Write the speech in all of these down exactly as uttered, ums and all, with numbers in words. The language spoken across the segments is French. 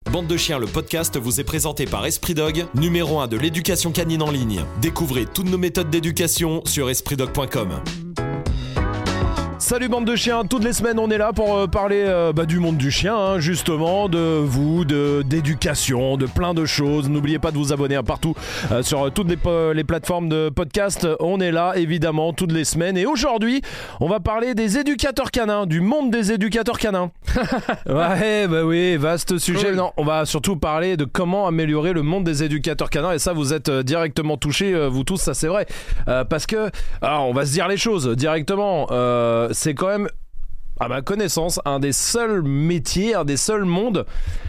Bande de chiens, le podcast vous est présenté par Esprit Dog, numéro un de l'éducation canine en ligne. Découvrez toutes nos méthodes d'éducation sur esprit dog point com. Salut bande de chiens, toutes les semaines on est là pour euh, parler euh, bah, du monde du chien, hein, justement, de vous, de, d'éducation, de plein de choses. N'oubliez pas de vous abonner hein, partout euh, sur toutes les, po- les plateformes de podcast. On est là évidemment toutes les semaines et aujourd'hui on va parler des éducateurs canins, du monde des éducateurs canins. Ouais bah oui, vaste sujet. Oui. Non, on va surtout parler de comment améliorer le monde des éducateurs canins et ça vous êtes euh, directement touchés, euh, vous tous, ça c'est vrai. Euh, parce que, alors on va se dire les choses directement, euh, c'est quand même, à ma connaissance, un des seuls métiers, un des seuls mondes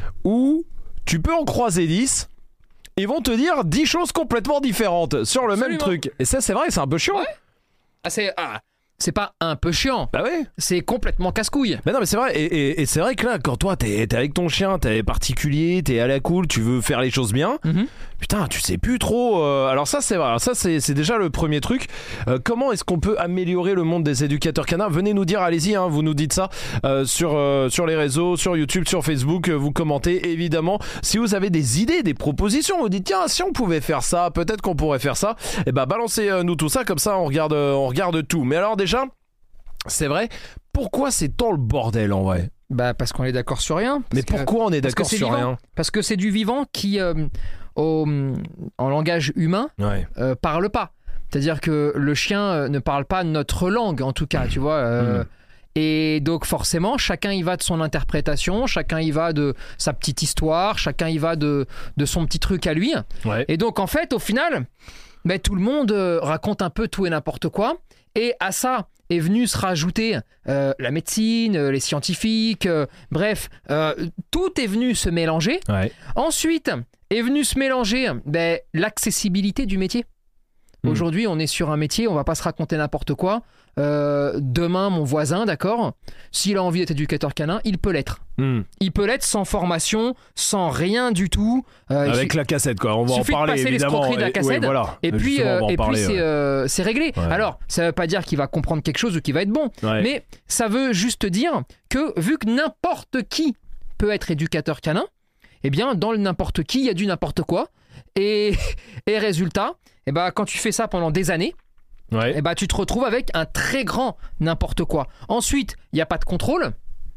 où tu peux en croiser dix. Ils vont te dire dix choses complètement différentes sur le Absolument. Même truc. Et ça, c'est vrai, c'est un peu chiant. Ouais. Ah, c'est, ah, c'est pas un peu chiant. Bah ouais. C'est complètement casse-couille. Mais non, mais c'est vrai. Et, et, et c'est vrai que là, quand toi, t'es, t'es avec ton chien, t'es particulier, t'es à la cool, tu veux faire les choses bien. Mm-hmm. Putain, tu sais plus trop. Euh... Alors ça, c'est vrai. Ça, c'est, c'est déjà le premier truc. Euh, comment est-ce qu'on peut améliorer le monde des éducateurs canins ? Venez nous dire, allez-y, hein, vous nous dites ça euh, sur, euh, sur les réseaux, sur YouTube, sur Facebook. Euh, vous commentez, évidemment. Si vous avez des idées, des propositions, vous dites, tiens, si on pouvait faire ça, peut-être qu'on pourrait faire ça. Et ben, balancez-nous tout ça, comme ça, on regarde, on regarde tout. Mais alors déjà, c'est vrai, pourquoi c'est tant le bordel en vrai ? Bah parce qu'on est d'accord sur rien. Mais pourquoi que, on est d'accord sur vivant. rien ? Parce que c'est du vivant qui, euh, au, en langage humain, ouais. euh, parle pas. C'est-à-dire que le chien euh, ne parle pas notre langue, en tout cas, tu vois. Euh, mmh. Et donc forcément, chacun y va de son interprétation, chacun y va de sa petite histoire, chacun y va de, de son petit truc à lui. Ouais. Et donc en fait, au final, bah, tout le monde euh, raconte un peu tout et n'importe quoi. Et à ça est venu se rajouter euh, la médecine, euh, les scientifiques, euh, bref, euh, tout est venu se mélanger. Ouais. Ensuite est venu se mélanger ben, l'accessibilité du métier. Mmh. Aujourd'hui, on est sur un métier, on va pas se raconter n'importe quoi. Euh, demain, mon voisin, d'accord, s'il a envie d'être éducateur canin, il peut l'être. Mmh. Il peut l'être sans formation, sans rien du tout. Euh, Avec su- la cassette, quoi. On va en parler, passer évidemment. Les de la cassette, et, oui, voilà. et puis, euh, et parler, puis c'est, ouais. euh, c'est réglé. Ouais. Alors, ça veut pas dire qu'il va comprendre quelque chose ou qu'il va être bon, ouais. mais ça veut juste dire que vu que n'importe qui peut être éducateur canin, eh bien, dans le n'importe qui, il y a du n'importe quoi. Et, et résultat, eh ben, quand tu fais ça pendant des années, ouais. eh ben, tu te retrouves avec un très grand n'importe quoi. Ensuite, il n'y a pas de contrôle.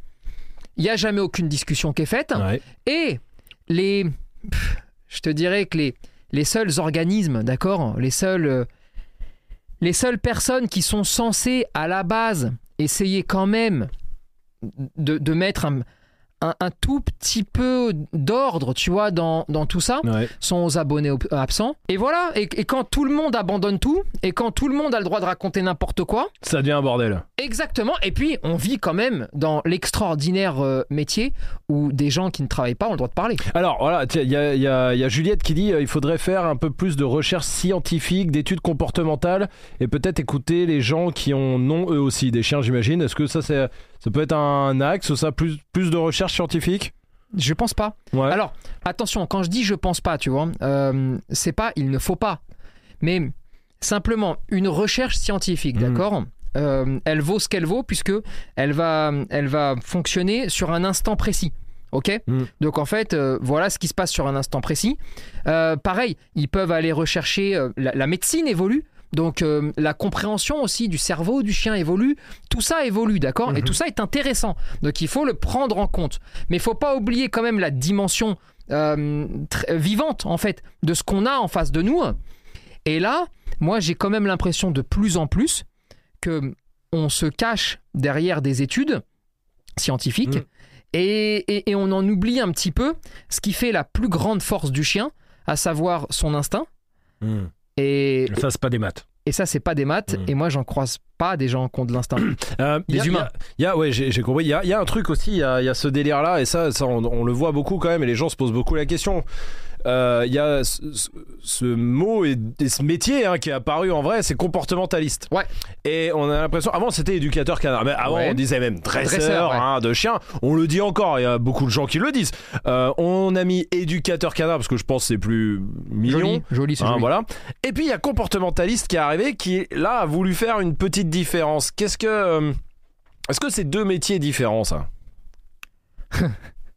Il n'y a jamais aucune discussion qui est faite. Ouais. Et les... Pff, je te dirais que les, les seuls organismes, d'accord, les seuls, euh, les seules personnes qui sont censées, à la base, essayer quand même de, de mettre un... Un, un tout petit peu d'ordre, tu vois, dans, dans tout ça, ouais. sont aux abonnés op- absents. Et voilà, et, et quand tout le monde abandonne tout, et quand tout le monde a le droit de raconter n'importe quoi... Ça devient un bordel. Exactement, et puis on vit quand même dans l'extraordinaire euh, métier où des gens qui ne travaillent pas ont le droit de parler. Alors voilà, il y a, y, a, y a Juliette qui dit qu'il euh, faudrait faire un peu plus de recherche scientifique, d'études comportementales, et peut-être écouter les gens qui en ont eux aussi, des chiens j'imagine. Est-ce que ça, c'est, ça peut être un axe, ça, plus, plus de recherche scientifique ? Je pense pas. Ouais. Alors, attention, quand je dis je pense pas, tu vois, euh, c'est pas il ne faut pas, mais simplement une recherche scientifique, mmh. d'accord ? Euh, elle vaut ce qu'elle vaut puisque elle va, elle va fonctionner sur un instant précis. Ok ? mmh. Donc en fait, euh, voilà ce qui se passe sur un instant précis. Euh, pareil, ils peuvent aller rechercher. Euh, la, la médecine évolue. Donc euh, la compréhension aussi du cerveau du chien évolue, tout ça évolue, d'accord ? Mmh. Et tout ça est intéressant, donc il faut le prendre en compte. Mais il ne faut pas oublier quand même la dimension euh, très vivante en fait de ce qu'on a en face de nous. Et là, moi j'ai quand même l'impression de plus en plus qu'on se cache derrière des études scientifiques mmh. et, et, et on en oublie un petit peu ce qui fait la plus grande force du chien, à savoir son instinct. Mmh. Et ça, c'est pas des maths. Et ça, c'est pas des maths. Mmh. Et moi, j'en croise pas des gens qui ont de l'instinct. Euh, des y a, humains. Il y a, ouais, j'ai, j'ai compris. Il y a, y a un truc aussi, il y a, y a ce délire-là, et ça, ça on, on le voit beaucoup quand même, et les gens se posent beaucoup la question. Il euh, y a ce, ce mot et, et ce métier hein, qui est apparu en vrai, c'est comportementaliste. Ouais. Et on a l'impression, avant c'était éducateur canard, mais avant ouais. on disait même dresseur, dresseur ouais. hein, de chien. On le dit encore, il y a beaucoup de gens qui le disent. Euh, on a mis éducateur canard parce que je pense que c'est plus mignon. Joli, joli, c'est hein, joli. Voilà. Et puis il y a comportementaliste qui est arrivé, qui là a voulu faire une petite différence. Qu'est-ce que, euh, est-ce que c'est deux métiers différents ça?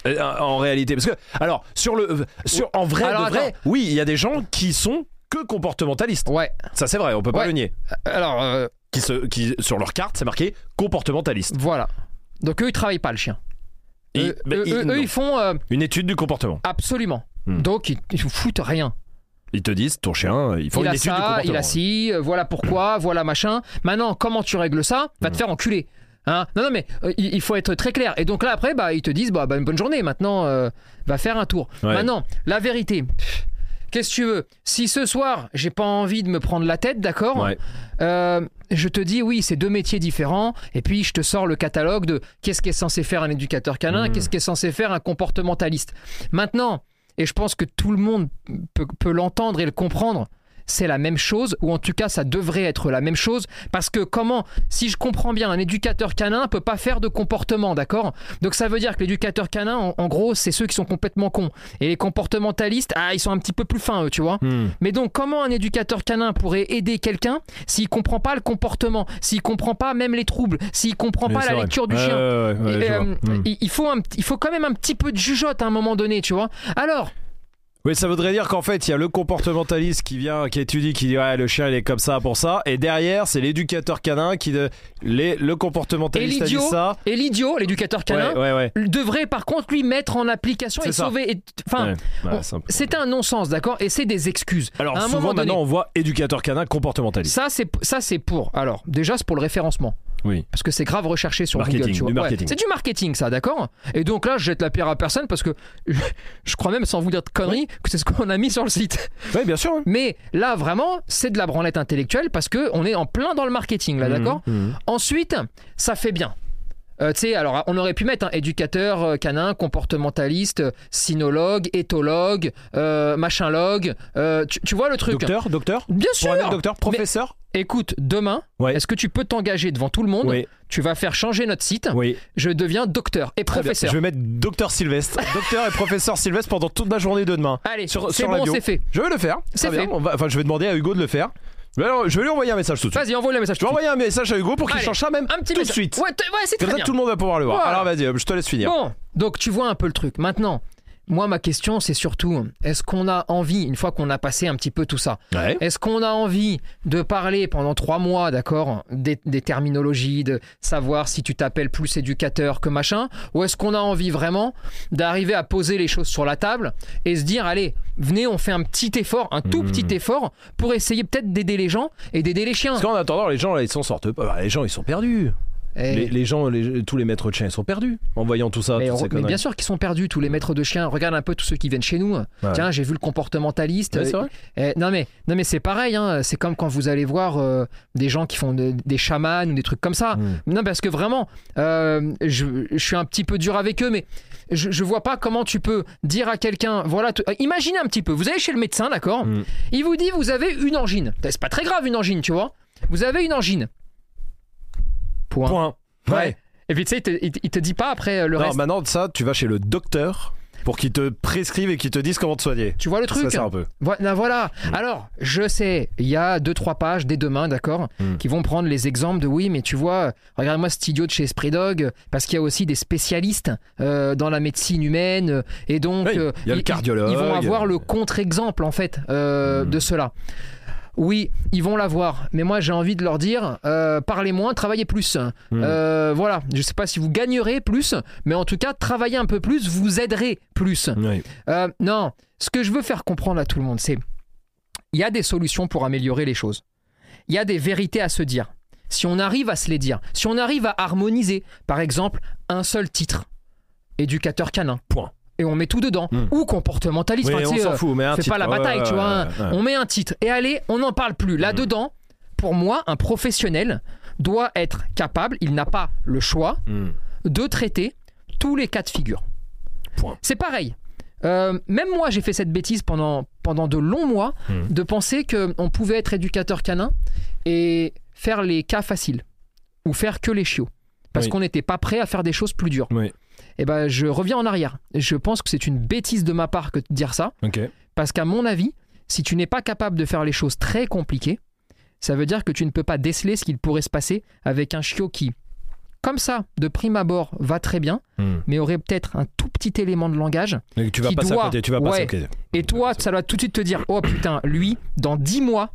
euh, en réalité. Parce que, alors, sur le, sur, en vrai alors, de vrai, attends. oui, il y a des gens qui sont que comportementalistes. Ouais. Ça, c'est vrai, on peut pas Ouais. le nier. Alors, euh, Qui se, qui, sur leur carte, c'est marqué comportementaliste. voilà. Donc eux, ils travaillent pas le chien. Et- eux, bah, eux, ils- eux, non. ils font euh, Une étude du comportement. absolument. Hmm. Donc ils, ils foutent rien. Ils te disent, ton chien, il faut il une a étude du ça, comportement. il a ci, euh, voilà pourquoi, voilà machin. Maintenant, comment tu règles ça? Va te faire enculer. Hein, non, non, mais euh, il il faut être très clair. Et donc là, après, bah, ils te disent bah, bah, une bonne journée. Maintenant, euh, va faire un tour. Ouais. Maintenant, la vérité. pff, Qu'est-ce que tu veux? Si ce soir, j'ai pas envie de me prendre la tête, d'accord? Ouais. Euh, je te dis, oui, c'est deux métiers différents. Et puis, je te sors le catalogue de qu'est-ce qu'est censé faire un éducateur canin, Mmh. qu'est-ce qu'est censé faire un comportementaliste. Maintenant, et je pense que tout le monde peut, peut l'entendre et le comprendre, c'est la même chose, ou en tout cas ça devrait être la même chose, parce que comment, si je comprends bien, un éducateur canin peut pas faire de comportement, d'accord? Donc ça veut dire que l'éducateur canin, en, en gros, c'est ceux qui sont complètement cons, et les comportementalistes, ah, ils sont un petit peu plus fins, eux, tu vois. Hmm. Mais donc comment un éducateur canin pourrait aider quelqu'un s'il comprend pas le comportement, s'il comprend pas même les troubles, s'il comprend Mais pas c'est la vrai. lecture du Ouais, chien? ouais, ouais, Et, je vois. euh, Hmm. il, il faut un, il faut quand même un petit peu de jugeote à un moment donné, tu vois. Alors, Oui, ça voudrait dire qu'en fait, il y a le comportementaliste qui vient, qui étudie, qui dit ouais, le chien il est comme ça pour ça, et derrière c'est l'éducateur canin qui de, les, le et comportementaliste a dit l'idiot, ça. et l'idiot, l'éducateur canin, Ouais, ouais, ouais. devrait par contre lui mettre en application C'est et ça. sauver. et- Enfin, Ouais, ouais, on- c'est un peu- c'est un non-sens, d'accord? Et c'est des excuses. Alors à un souvent moment donné, maintenant on voit éducateur canin comportementaliste. ça c'est ça c'est pour. Alors déjà c'est pour le référencement. Oui. Parce que c'est grave recherché sur Marketing, Google, tu vois. du Ouais, marketing. c'est du marketing, ça, d'accord? Et donc là, je jette la pierre à personne parce que je crois même, sans vous dire de conneries, que c'est ce qu'on a mis sur le site. Oui, bien sûr. hein. Mais là, vraiment, c'est de la branlette intellectuelle parce que on est en plein dans le marketing, là, d'accord? Mhm. Ensuite, ça fait bien. Euh, tu sais, alors on aurait pu mettre un éducateur euh, canin, comportementaliste, euh, cynologue, éthologue, euh, machinlogue. Euh, tu, tu vois le truc? Docteur, docteur. Bien Pour un sûr. être docteur, professeur. Écoute, demain, Ouais. est-ce que tu peux t'engager devant tout le monde? Oui, Tu vas faire changer notre site. oui. Je deviens docteur et Très bien. professeur. Je vais mettre docteur Sylvestre, docteur et professeur Sylvestre pendant toute la journée de demain. Allez, Sur- c'est sur la bon, bio. c'est fait. Je vais le faire. C'est Très bien. fait. On va- Enfin, je vais demander à Hugo de le faire. Mais alors, je vais lui envoyer un message tout de suite. Vas-y, envoie le message. Je vais envoyer un message à Hugo pour qu'il Allez, change ça même un petit tout de message. suite. Ouais, t- ouais, c'est Comme très ça, bien. tout le monde va pouvoir le voir. Voilà. Alors vas-y, je te laisse finir. Bon, donc tu vois un peu le truc. Maintenant, moi, ma question, c'est surtout, est-ce qu'on a envie, une fois qu'on a passé un petit peu tout ça, Ouais. est-ce qu'on a envie de parler pendant trois mois, d'accord, des, des terminologies, de savoir si tu t'appelles plus éducateur que machin, ou est-ce qu'on a envie vraiment d'arriver à poser les choses sur la table et se dire, allez, venez, on fait un petit effort, un tout Mmh. petit effort, pour essayer peut-être d'aider les gens et d'aider les chiens. Parce qu'en attendant, les gens là, ils s'en sortent pas. Bah, les gens, ils sont perdus. Et- Les, les gens, les- tous les maîtres de chiens, ils sont perdus en voyant tout ça. Mais, toutes ces mais conneries. bien sûr qu'ils sont perdus, tous les maîtres de chiens. Regarde un peu tous ceux qui viennent chez nous. Tiens, j'ai vu le comportementaliste. Ouais, c'est vrai. Euh, non mais, non mais c'est pareil. Hein. C'est comme quand vous allez voir euh, des gens qui font de- des chamans ou des trucs comme ça. Mm. Non, parce que vraiment, euh, je, je suis un petit peu dur avec eux, mais je, je vois pas comment tu peux dire à quelqu'un, voilà, t- euh, imaginez un petit peu. Vous allez chez le médecin, d'accord? Mm. Il vous dit, vous avez une angine. C'est pas très grave une angine, tu vois. Vous avez une angine. Point. Point. Ouais. Ouais. Et puis tu sais, il te, il te- il te dit pas après euh, le non, reste. maintenant, ça, tu vas chez le docteur pour qu'il te prescrive et qu'il te dise comment te soigner. Tu vois le truc? Ça, c'est un peu. Voilà, voilà. Alors, je sais, il y a deux trois pages dès demain, d'accord, Mm. qui vont prendre les exemples de oui, mais tu vois, regarde-moi cet idiot de chez Esprit Dog, parce qu'il y a aussi des spécialistes euh, dans la médecine humaine, euh, et donc Oui, euh, il y a le ils- cardiologue. Ils vont avoir le contre-exemple en fait euh, Mm. de cela. Oui, ils vont l'avoir, mais moi j'ai envie de leur dire euh, parlez moins, travaillez plus. Mm. Euh, voilà, je sais pas si vous gagnerez plus, mais en tout cas, travaillez un peu plus, vous aiderez plus. Oui. Euh, non, ce que je veux faire comprendre à tout le monde, c'est il y a des solutions pour améliorer les choses. Il y a des vérités à se dire. Si on arrive à se les dire, si on arrive à harmoniser, par exemple, un seul titre, éducateur canin, Point. et on met tout dedans, Mm. ou comportementaliste, Oui, enfin, on tu sais, s'en euh, fout, mais un fais titre. pas la Ouais, bataille, ouais, tu vois. ouais, ouais. On met un titre, et allez, on n'en parle plus. Là-dedans, pour moi, un professionnel doit être capable, il n'a pas le choix, Mm. de traiter tous les cas de figure. Point. C'est pareil. Euh, même moi, j'ai fait cette bêtise pendant, pendant de longs mois, Mm. de penser qu'on pouvait être éducateur canin et faire les cas faciles, ou faire que les chiots, parce Oui. qu'on n'était pas prêt à faire des choses plus dures. Oui. Et ben, je reviens en arrière. Je pense que c'est une bêtise de ma part que de dire ça, Ok. parce qu'à mon avis, si tu n'es pas capable de faire les choses très compliquées, ça veut dire que tu ne peux pas déceler ce qu'il pourrait se passer avec un chiot qui comme ça, de prime abord, va très bien, mmh. mais aurait peut-être un tout petit élément de langage. Et tu vas qui passer doit... à côté, tu vas passer ouais. à côté. Et toi, ça doit tout de suite te dire, oh putain, lui, dans dix mois,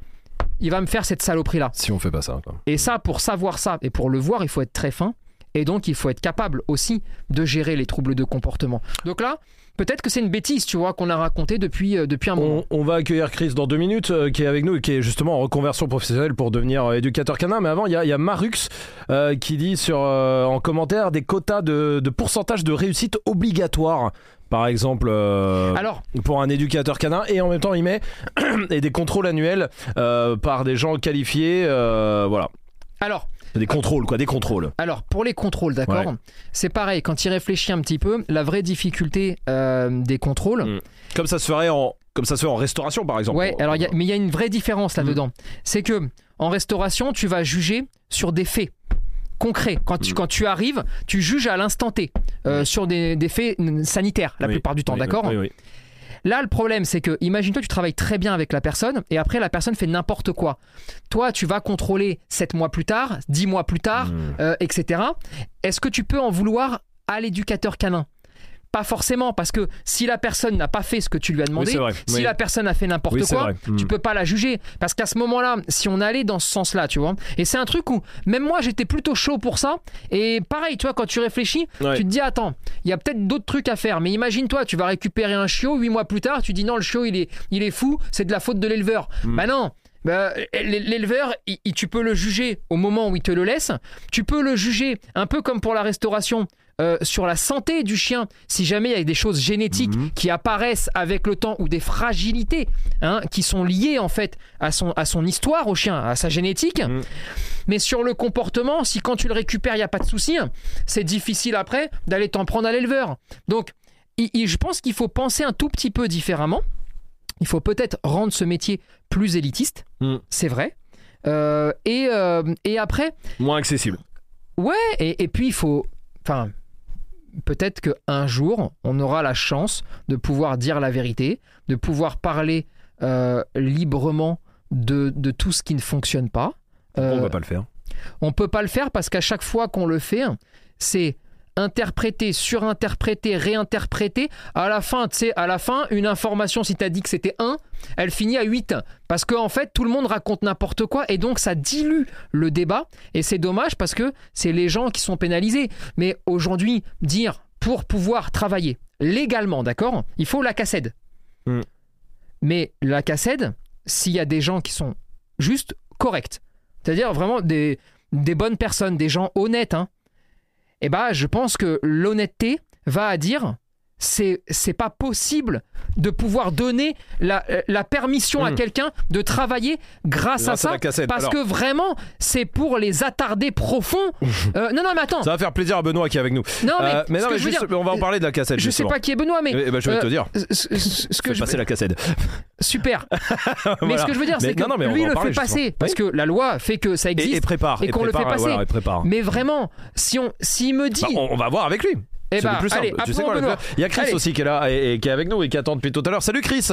il va me faire cette saloperie-là. Si on fait pas ça. Quoi. Et ça, pour savoir ça, et pour le voir, il faut être très fin. Et donc, il faut être capable aussi de gérer les troubles de comportement. Donc là, peut-être que c'est une bêtise, tu vois, qu'on a raconté depuis, euh, depuis un moment. On, on va accueillir Chris dans deux minutes, euh, qui est avec nous et qui est justement en reconversion professionnelle pour devenir euh, éducateur canin. Mais avant, il y, y a Marux euh, qui dit sur, euh, en commentaire des quotas de, de pourcentage de réussite obligatoires. Par exemple, euh, Alors, pour un éducateur canin, et en même temps, il met et des contrôles annuels euh, par des gens qualifiés. Euh, voilà. Alors. Des contrôles, quoi, des contrôles. Alors, pour les contrôles, d'accord, ouais. c'est pareil, quand il réfléchit un petit peu, la vraie difficulté euh, des contrôles... Mmh. Comme ça se ferait en, comme ça se fait en restauration, par exemple. Ouais, alors, y a, mais il y a une vraie différence là-dedans. Mmh. C'est que en restauration, tu vas juger sur des faits concrets. Quand tu, mmh. quand tu arrives, tu juges à l'instant T, euh, mmh. sur des, des faits sanitaires, la oui. plupart du temps, oui, d'accord oui, oui. Là, le problème, c'est que, imagine-toi, tu travailles très bien avec la personne et après, la personne fait n'importe quoi. Toi, tu vas contrôler sept mois plus tard, dix mois plus tard, mmh. euh, et cetera. Est-ce que tu peux en vouloir à l'éducateur canin ? Pas forcément, parce que si la personne n'a pas fait ce que tu lui as demandé, oui, si oui. la personne a fait n'importe oui, quoi, mmh. tu peux pas la juger. Parce qu'à ce moment-là, si on allait dans ce sens-là, tu vois, et c'est un truc où même moi j'étais plutôt chaud pour ça. Et pareil, tu vois, quand tu réfléchis, ouais. tu te dis attends, il y a peut-être d'autres trucs à faire. Mais imagine-toi, tu vas récupérer un chiot, huit mois plus tard, tu dis non, le chiot il est, il est fou, c'est de la faute de l'éleveur. Mmh. Bah non. Bah, l'éleveur, il, il, tu peux le juger au moment où il te le laisse. Tu peux le juger un peu comme pour la restauration. Euh, sur la santé du chien, si jamais il y a des choses génétiques mmh. qui apparaissent avec le temps ou des fragilités hein, qui sont liées en fait à son, à son histoire au chien, à sa génétique. Mmh. Mais sur le comportement, si quand tu le récupères, il n'y a pas de souci, c'est difficile après d'aller t'en prendre à l'éleveur. Donc, il, il, je pense qu'il faut penser un tout petit peu différemment. Il faut peut-être rendre ce métier plus élitiste, mmh. c'est vrai. Euh, et, euh, et après... Moins accessible. Ouais, et, et puis il faut... Enfin... Peut-être qu'un jour, on aura la chance de pouvoir dire la vérité, de pouvoir parler euh, librement de, de tout ce qui ne fonctionne pas. Euh, on ne va pas le faire. On ne peut pas le faire parce qu'à chaque fois qu'on le fait, c'est interpréter, surinterpréter, réinterpréter. À la fin, tu sais, à la fin, une information, si tu as dit que c'était un, elle finit à huit. Parce qu'en en fait, tout le monde raconte n'importe quoi et donc ça dilue le débat. Et c'est dommage parce que c'est les gens qui sont pénalisés. Mais aujourd'hui, dire pour pouvoir travailler légalement, d'accord, il faut la C A C E D. Mm. Mais la C A C E D, s'il y a des gens qui sont juste corrects, c'est-à-dire vraiment des, des bonnes personnes, des gens honnêtes, hein, eh ben, je pense que l'honnêteté va à dire c'est, c'est pas possible de pouvoir donner la, la permission mmh. à quelqu'un de travailler grâce, grâce à ça. À parce Alors... que vraiment, c'est pour les attardés profonds. euh, non, non, mais attends. Ça va faire plaisir à Benoît qui est avec nous. Non, mais, euh, mais, non, mais juste, dire, on va en parler de la C A C E D. Je justement. sais pas qui est Benoît, mais. Eh ben, je vais euh, te dire. Ce, ce que je passer veux... la C A C E D. Super. voilà. Mais ce que je veux dire, c'est mais, que non, non, lui le fait passer. Justement. Parce que la loi fait que ça existe. Et, et prépare. Et, et qu'on prépare, le fait passer. Voilà, et prépare. Mais vraiment, si on, s'il me dit. Bah, on, on va voir avec lui. Eh c'est bah, le plus simple. Allez, tu sais quoi, Benoît. Il y a Chris allez. aussi qui est là et, et qui est avec nous et qui attend depuis tout à l'heure. Salut Chris.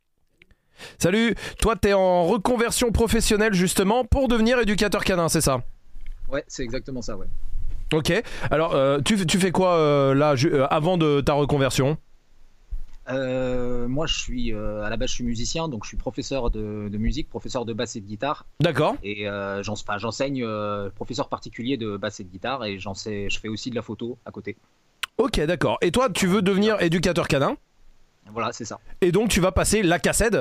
Salut. Toi, t'es en reconversion professionnelle justement pour devenir éducateur canin, c'est ça ? Ouais, c'est exactement ça, ouais. Ok. Alors, euh, tu, tu fais quoi euh, là euh, avant de ta reconversion ? Euh, moi, je suis euh, à la base, je suis musicien, donc je suis professeur de, de musique, professeur de basse et de guitare. D'accord. Et euh, j'en, enfin, j'enseigne euh, professeur particulier de basse et de guitare, et j'en sais, je fais aussi de la photo à côté. Ok, d'accord. Et toi, tu veux devenir éducateur canin ? Voilà, c'est ça. Et donc, tu vas passer la C A C E D ?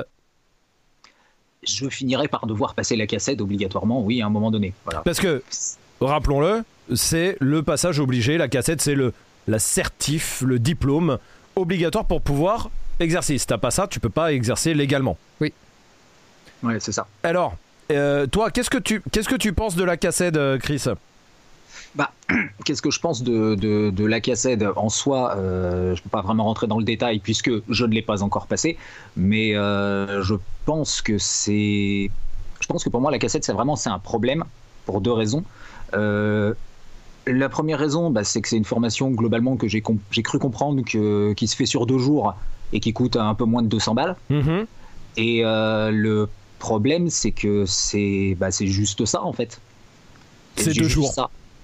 Je finirai par devoir passer la C A C E D obligatoirement, oui, à un moment donné. Voilà. Parce que, rappelons-le, c'est le passage obligé. La C A C E D, c'est le la certif, le diplôme obligatoire pour pouvoir exercer. Si t'as pas ça, tu peux pas exercer légalement. Oui. Ouais, c'est ça. Alors, euh, toi, qu'est-ce que tu qu'est-ce que tu penses de la C A C E D, Chris ? Bah, qu'est-ce que je pense de, de, de la C A C E D en soi, euh, je peux pas vraiment rentrer dans le détail puisque je ne l'ai pas encore passé, mais euh, je pense que c'est, je pense que pour moi la C A C E D c'est vraiment c'est un problème pour deux raisons. Euh, La première raison, bah, c'est que c'est une formation globalement que j'ai, comp- j'ai cru comprendre que, qui se fait sur deux jours et qui coûte un peu moins de deux cents balles. Mmh. Et euh, le problème, c'est que c'est, bah, c'est juste ça en fait. C'est, c'est deux jours. Ça.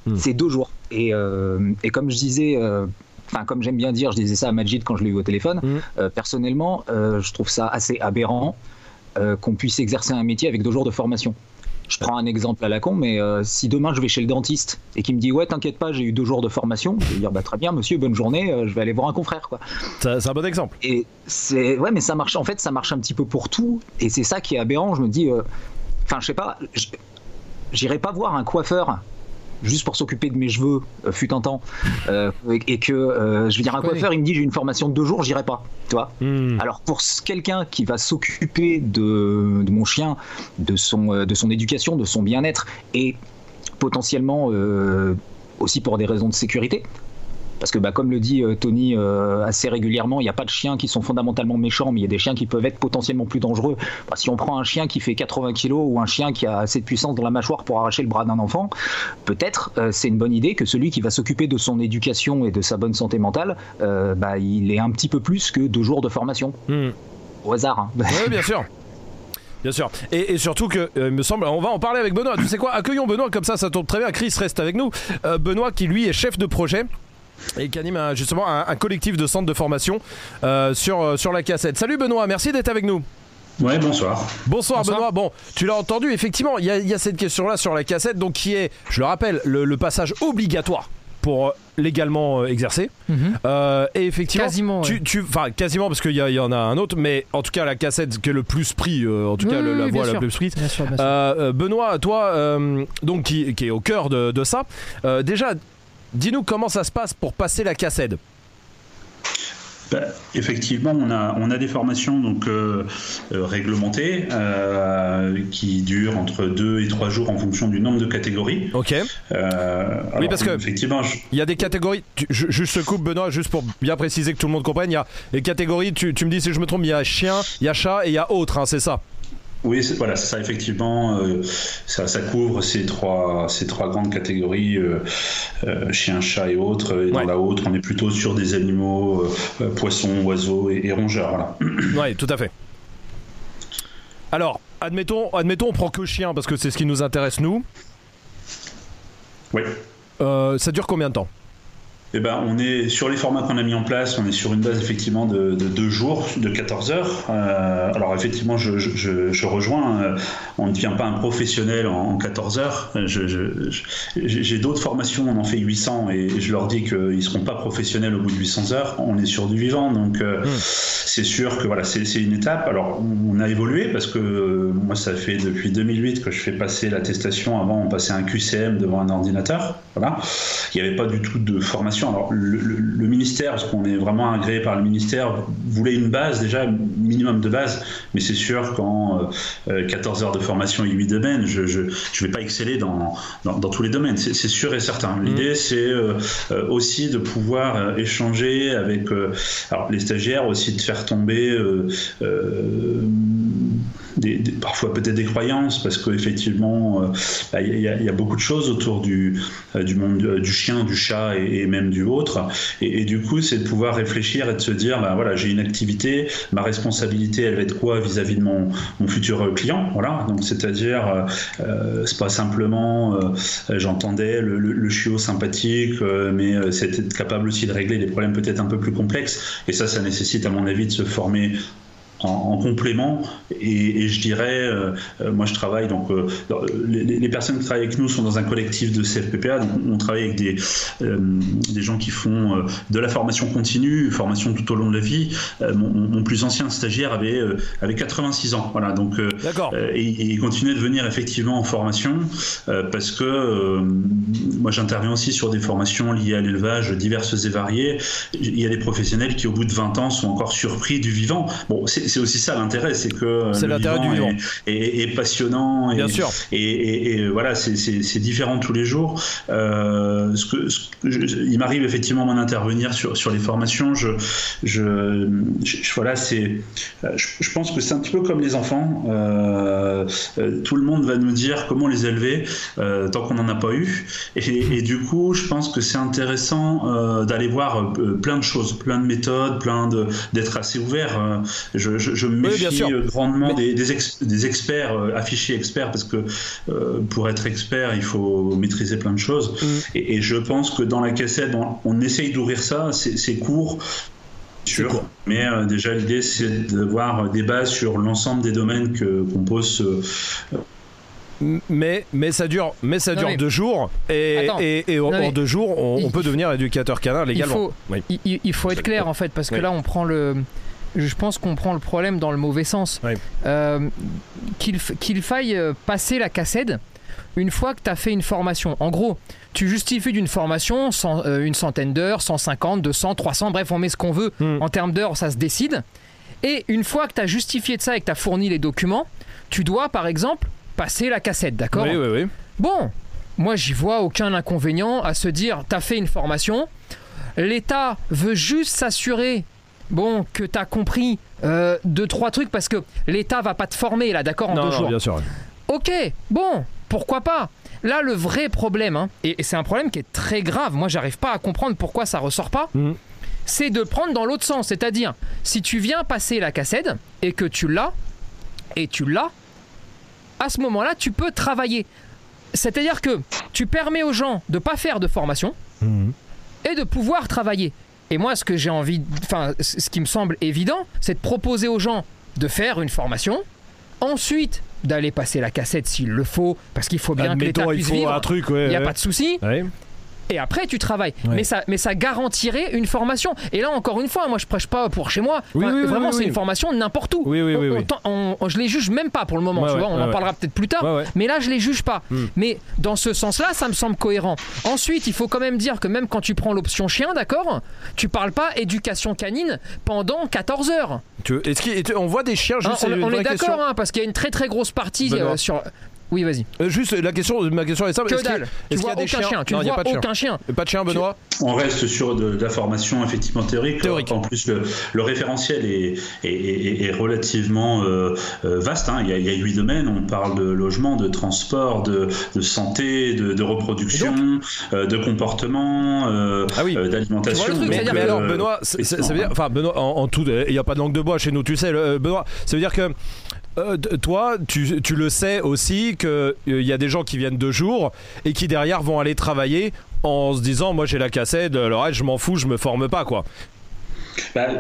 Mmh. C'est deux jours. Et, euh, et comme je disais, euh, enfin comme j'aime bien dire, je disais ça à Majid quand je l'ai eu au téléphone, mmh. euh, personnellement, euh, je trouve ça assez aberrant euh, qu'on puisse exercer un métier avec deux jours de formation. Je prends un exemple à la con, mais euh, si demain je vais chez le dentiste et qu'il me dit ouais t'inquiète pas j'ai eu deux jours de formation, je vais dire bah très bien monsieur bonne journée, euh, je vais aller voir un confrère quoi. Ça, c'est un bon exemple. Et c'est ouais mais ça marche en fait ça marche un petit peu pour tout et c'est ça qui est aberrant. Je me dis enfin euh, je sais pas, j'irai pas voir un coiffeur juste pour s'occuper de mes cheveux, euh, fut un temps, euh, et, et que euh, je vais dire un coiffeur, il me dit j'ai une formation de deux jours, j'irai pas, tu vois. Mmh. Alors pour quelqu'un qui va s'occuper de, de mon chien, de son, euh, de son éducation, de son bien-être, et potentiellement euh, aussi pour des raisons de sécurité, parce que bah, comme le dit euh, Tony euh, assez régulièrement, il n'y a pas de chiens qui sont fondamentalement méchants, mais il y a des chiens qui peuvent être potentiellement plus dangereux. Bah, si on prend un chien qui fait quatre-vingts kilos ou un chien qui a assez de puissance dans la mâchoire pour arracher le bras d'un enfant, peut-être euh, c'est une bonne idée que celui qui va s'occuper de son éducation et de sa bonne santé mentale, euh, bah, il ait un petit peu plus que deux jours de formation. Mmh. Au hasard. Hein. Oui, bien sûr. Bien sûr. Et, et surtout que, euh, il me semble, on va en parler avec Benoît. Tu sais quoi, accueillons Benoît, comme ça, ça tourne très bien. Chris reste avec nous. Euh, Benoît qui, lui, est chef de projet et qui anime un, justement un, un collectif de centres de formation euh, sur, euh, sur la cassette. Salut Benoît, merci d'être avec nous. Ouais, bonsoir. Bonsoir, bonsoir. Benoît. Bon, tu l'as entendu, effectivement, il y, y a cette question-là sur la cassette, donc qui est, je le rappelle, le, le passage obligatoire pour légalement euh, exercer. Mm-hmm. Euh, et effectivement, quasiment, tu, ouais. tu, enfin quasiment parce qu'il y, y en a un autre, mais en tout cas la cassette qui est le plus pris, euh, en tout oui, cas le, la oui, voix la sûr. plus prise. Bien sûr, bien sûr. Euh, Benoît, toi, euh, donc qui, qui est au cœur de, de ça, euh, déjà. Dis-nous comment ça se passe pour passer la cassette. Bah, effectivement, on a, on a des formations donc, euh, euh, réglementées euh, qui durent entre deux et trois jours en fonction du nombre de catégories. Ok. Euh, oui, parce que effectivement, je... il y a des catégories. Tu, je, juste ce coupe, Benoît, juste pour bien préciser que tout le monde comprenne. Il y a les catégories. Tu, tu me dis si je me trompe. Il y a chien, il y a chat et il y a autre. Hein, c'est ça. Oui, c'est, voilà, c'est ça, effectivement, euh, ça, ça couvre ces trois, ces trois grandes catégories, euh, euh, chien, chat et autres. Et dans ouais. la autre, on est plutôt sur des animaux, euh, poissons, oiseaux et, et rongeurs. Voilà. Oui, tout à fait. Alors, admettons, admettons, on prend que chien parce que c'est ce qui nous intéresse, nous. Oui. Euh, ça dure combien de temps ? Eh ben, on est sur les formats qu'on a mis en place, on est sur une base effectivement de, de deux jours, de quatorze heures. Euh, alors effectivement, je, je, je rejoins, euh, on ne devient pas un professionnel en, en quatorze heures. Je, je, je, j'ai d'autres formations, on en fait huit cents et je leur dis qu'ils ne seront pas professionnels au bout de huit cents heures. On est sur du vivant, donc euh, mmh. c'est sûr que voilà, c'est, c'est une étape. Alors on a évolué parce que euh, moi ça fait depuis deux mille huit que je fais passer l'attestation. Avant on passait un Q C M devant un ordinateur. Voilà. Il n'y avait pas du tout de formation. Alors, le, le, le ministère, parce qu'on est vraiment agréé par le ministère, voulait une base, déjà, un minimum de base, mais c'est sûr qu'en euh, quatorze heures de formation et huit domaines, je ne vais pas exceller dans, dans, dans tous les domaines, c'est, c'est sûr et certain. L'idée, c'est euh, euh, aussi de pouvoir euh, échanger avec euh, alors, les stagiaires, aussi de faire tomber euh, euh, des, des, parfois peut-être des croyances, parce qu'effectivement, il euh, bah, y, y, y a beaucoup de choses autour du, euh, du monde du, du chien, du chat et, et même du autre. Et, et du coup, c'est de pouvoir réfléchir et de se dire, bah, voilà, j'ai une activité, ma responsabilité, elle va être quoi vis-à-vis de mon, mon futur client. Voilà. Donc, c'est-à-dire, euh, c'est pas simplement, euh, j'entendais le, le, le chiot sympathique, euh, mais euh, c'est être capable aussi de régler des problèmes peut-être un peu plus complexes. Et ça, ça nécessite, à mon avis, de se former En, en complément et, et je dirais euh, euh, moi je travaille donc euh, dans, les, les personnes qui travaillent avec nous sont dans un collectif de C F P P A, donc on travaille avec des, euh, des gens qui font euh, de la formation continue, formation tout au long de la vie. euh, mon, mon plus ancien stagiaire avait, euh, avait quatre-vingt-six ans, voilà, donc euh, euh, et, et il continuait de venir effectivement en formation euh, parce que euh, moi j'interviens aussi sur des formations liées à l'élevage diverses et variées. Il y a des professionnels qui au bout de vingt ans sont encore surpris du vivant. Bon, c'est c'est aussi ça l'intérêt, c'est que c'est le l'intérêt vivant, du vivant. Est, est, est passionnant et, Bien sûr. et, et, et voilà, c'est, c'est, c'est différent tous les jours. Euh, ce que, ce que je, il m'arrive effectivement d'en intervenir sur, sur les formations. Je, je, je, voilà, c'est, je, je pense que c'est un petit peu comme les enfants. Euh, tout le monde va nous dire comment les élever euh, tant qu'on n'en a pas eu. Et, et du coup, je pense que c'est intéressant euh, d'aller voir euh, plein de choses, plein de méthodes, plein de, d'être assez ouvert. Euh, je je, je me méfie oui, grandement mais... des, des, ex, des experts, euh, affichés experts, parce que euh, pour être expert, il faut maîtriser plein de choses. Mm. Et, et je pense que dans la cassette, on, on essaye d'ouvrir ça, c'est, c'est court. Sûr, mais euh, déjà l'idée c'est d'avoir des bases sur l'ensemble des domaines que compose euh, mais, mais ça dure, mais ça dure mais... deux jours et, et, et non, en deux jours on, il, on peut devenir éducateur canin légalement. Il faut, oui. il, il faut être clair en fait parce que oui. là on prend le, je pense qu'on prend le problème dans le mauvais sens. Oui. Euh, qu'il, qu'il faille passer la cassette une fois que tu as fait une formation. En gros, tu justifies d'une formation cent, euh, une centaine d'heures, cent cinquante, deux cents, trois cents, bref, on met ce qu'on veut. Mm. En termes d'heures, ça se décide. Et une fois que tu as justifié de ça et que tu as fourni les documents, tu dois, par exemple, passer la cassette, d'accord ? Oui, oui, oui. Bon, moi, j'y vois aucun inconvénient à se dire, tu as fait une formation, l'État veut juste s'assurer bon, que tu as compris euh, deux, trois trucs, parce que l'État va pas te former, là, d'accord, en non, deux non, jours. Bien sûr. Ok, bon, pourquoi pas ? Là, le vrai problème, hein, et, et c'est un problème qui est très grave, moi, j'arrive pas à comprendre pourquoi ça ressort pas, mmh. c'est de prendre dans l'autre sens. C'est-à-dire, si tu viens passer la cassette et que tu l'as, et tu l'as, à ce moment-là, tu peux travailler. C'est-à-dire que tu permets aux gens de pas faire de formation mmh. et de pouvoir travailler. Et moi, ce que j'ai envie, enfin, ce qui me semble évident, c'est de proposer aux gens de faire une formation, ensuite d'aller passer la cassette s'il le faut, parce qu'il faut bien Admettons, que l'État puisse vivre, il ouais, n'y a ouais. pas de souci. Ouais. Et après, tu travailles. Ouais. Mais, ça, mais ça garantirait une formation. Et là, encore une fois, moi, je prêche pas pour chez moi. Oui, enfin, oui, vraiment, oui, c'est oui. une formation n'importe où. Oui, oui, on, oui, oui. On, on, je les juge même pas pour le moment. Ouais, tu ouais, vois, on ouais, en ouais. parlera peut-être plus tard. Ouais, ouais. Mais là, je les juge pas. Mm. Mais dans ce sens-là, ça me semble cohérent. Ensuite, il faut quand même dire que même quand tu prends l'option chien, d'accord, tu parles pas éducation canine pendant quatorze heures. Tu, est-ce qu'on voit des chiens juste hein, On, on est d'accord, hein, parce qu'il y a une très très grosse partie euh, sur. Oui, vas-y. Euh, juste, la question, ma question est simple. Que est-ce dalle. Que, tu vois aucun chien. chien. Tu non, ne vois pas de aucun chien. chien. Pas de chien, Benoît. On reste sur de, de la formation effectivement théorique. Théorique. En plus, le, le référentiel est, est, est, est relativement euh, vaste. Hein. Il y a, il y a huit domaines. On parle de logement, de transport, de, de santé, de, de reproduction, donc, euh, de comportement, euh, ah oui. euh, d'alimentation. Truc, mais, mais alors, Benoît, c'est, c'est, ça veut dire, enfin, Benoît, en, en tout, il n'y a pas de langue de bois chez nous, tu sais, le, Benoît. Ça veut dire que. Euh, toi, tu, tu le sais aussi qu'il euh, y a des gens qui viennent deux jours et qui derrière vont aller travailler en se disant moi j'ai la cassette, le reste je m'en fous, je me forme pas quoi. Bah,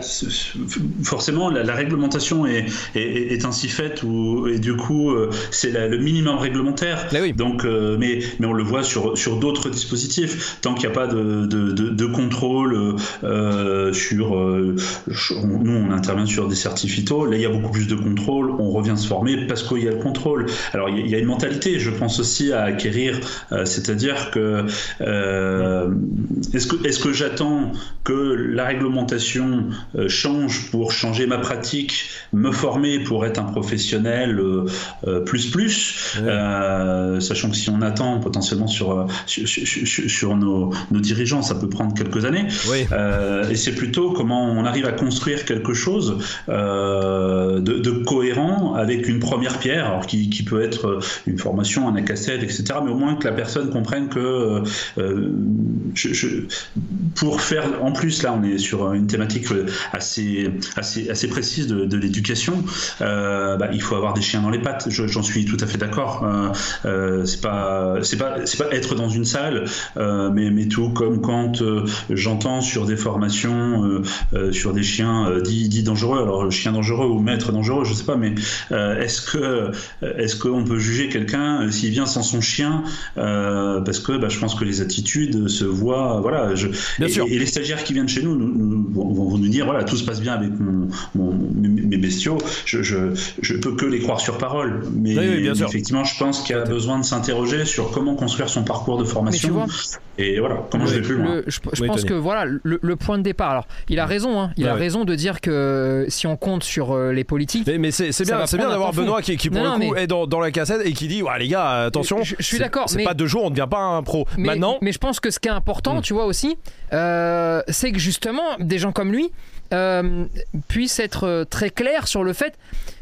forcément, la, la réglementation est, est, est ainsi faite où, et du coup, euh, c'est la, le minimum réglementaire. Mais, oui. Donc, euh, mais, mais on le voit sur, sur d'autres dispositifs. Tant qu'il n'y a pas de, de, de, de contrôle euh, sur... Euh, nous, on intervient sur des certificats. Là, il y a beaucoup plus de contrôle. On revient se former parce qu'il y a le contrôle. Alors, il y, y a une mentalité, je pense aussi, à acquérir. Euh, c'est-à-dire que... Euh, est-ce que, est-ce que j'attends que la réglementation change pour changer ma pratique, me former pour être un professionnel euh, euh, plus plus, ouais. euh, sachant que si on attend potentiellement sur, sur, sur, sur nos, nos dirigeants, ça peut prendre quelques années. Oui. Euh, et c'est plutôt comment on arrive à construire quelque chose euh, de, de cohérent avec une première pierre, alors qui, qui peut être une formation, un A K C E D, et cetera. Mais au moins que la personne comprenne que euh, je, je, pour faire, en plus là, on est sur une thématique assez, assez, assez précise de, de l'éducation, euh, bah, il faut avoir des chiens dans les pattes, je, j'en suis tout à fait d'accord. Euh, euh, c'est pas, c'est pas, c'est pas être dans une salle, euh, mais, mais tout comme quand euh, j'entends sur des formations euh, euh, sur des chiens euh, dits, dits dangereux, alors chien dangereux ou maître dangereux, je sais pas, mais euh, est-ce que est-ce qu'on peut juger quelqu'un euh, s'il vient sans son chien, euh, parce que bah, je pense que les attitudes se voient, voilà. Je, Bien et, sûr. et les stagiaires qui viennent chez nous, nous, nous vont nous dire voilà, tout se passe bien avec mon, mon, mes bestiaux, je, je, je peux que les croire sur parole, mais oui, oui, bien sûr. Effectivement je pense qu'il y a besoin de s'interroger sur comment construire son parcours de formation, vois, et voilà, comment le, je vais plus loin. Le, je je oui, pense Tony. que voilà le, le point de départ, alors il a raison, hein, il ouais, a ouais. raison de dire que si on compte sur euh, les politiques, mais, mais c'est, c'est bien, c'est bien d'avoir Benoît qui, qui pour non, le coup mais... est dans, dans la cassette et qui dit ouais, les gars attention, je, je suis d'accord, c'est mais... pas deux jours, on ne devient pas un pro. Mais, Maintenant, mais je pense que ce qui est important, mmh. tu vois aussi, euh, c'est que justement des gens comme lui Euh, puisse être très clair sur le fait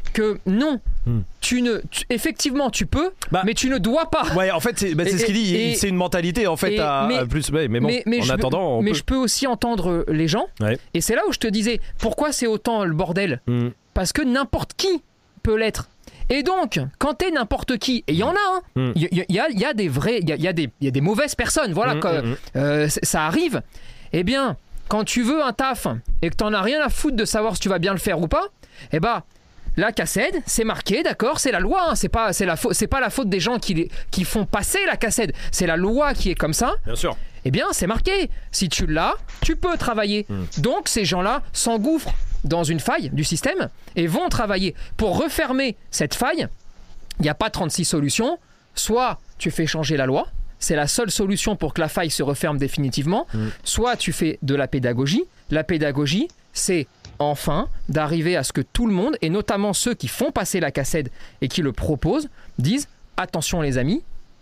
que non, hmm. tu ne, tu, effectivement tu peux, bah, mais tu ne dois pas. Ouais, en fait, c'est, bah, c'est et, ce qu'il dit, et, c'est une mentalité en fait et, à, mais, à plus. Ouais, mais bon, mais, mais en attendant, on mais peut... je peux aussi entendre les gens, ouais. et c'est là où je te disais, pourquoi c'est autant le bordel hmm. Parce que n'importe qui peut l'être. Et donc, quand t'es n'importe qui, et il y en a, il hein, mm. y, y, y, y a des vrais, il y, y, y, y a des mauvaises personnes, voilà, mm, que, mm. Euh, ça arrive. Eh bien, quand tu veux un taf et que t'en as rien à foutre de savoir si tu vas bien le faire ou pas, eh ben, la cassette, c'est marqué, d'accord, c'est la loi, hein, c'est pas, c'est la faute, c'est pas la faute des gens qui, qui font passer la cassette, c'est la loi qui est comme ça. Bien sûr. Eh bien, c'est marqué. Si tu l'as, tu peux travailler. Mm. Donc, ces gens-là s'engouffrent dans une faille du système et vont travailler. Pour refermer cette faille, il n'y a pas trente-six solutions. Soit tu fais changer la loi, c'est la seule solution pour que la faille se referme définitivement. Mm. Soit tu fais de la pédagogie. La pédagogie, c'est enfin d'arriver à ce que tout le monde, et notamment ceux qui font passer la cassette et qui le proposent, disent « Attention les amis,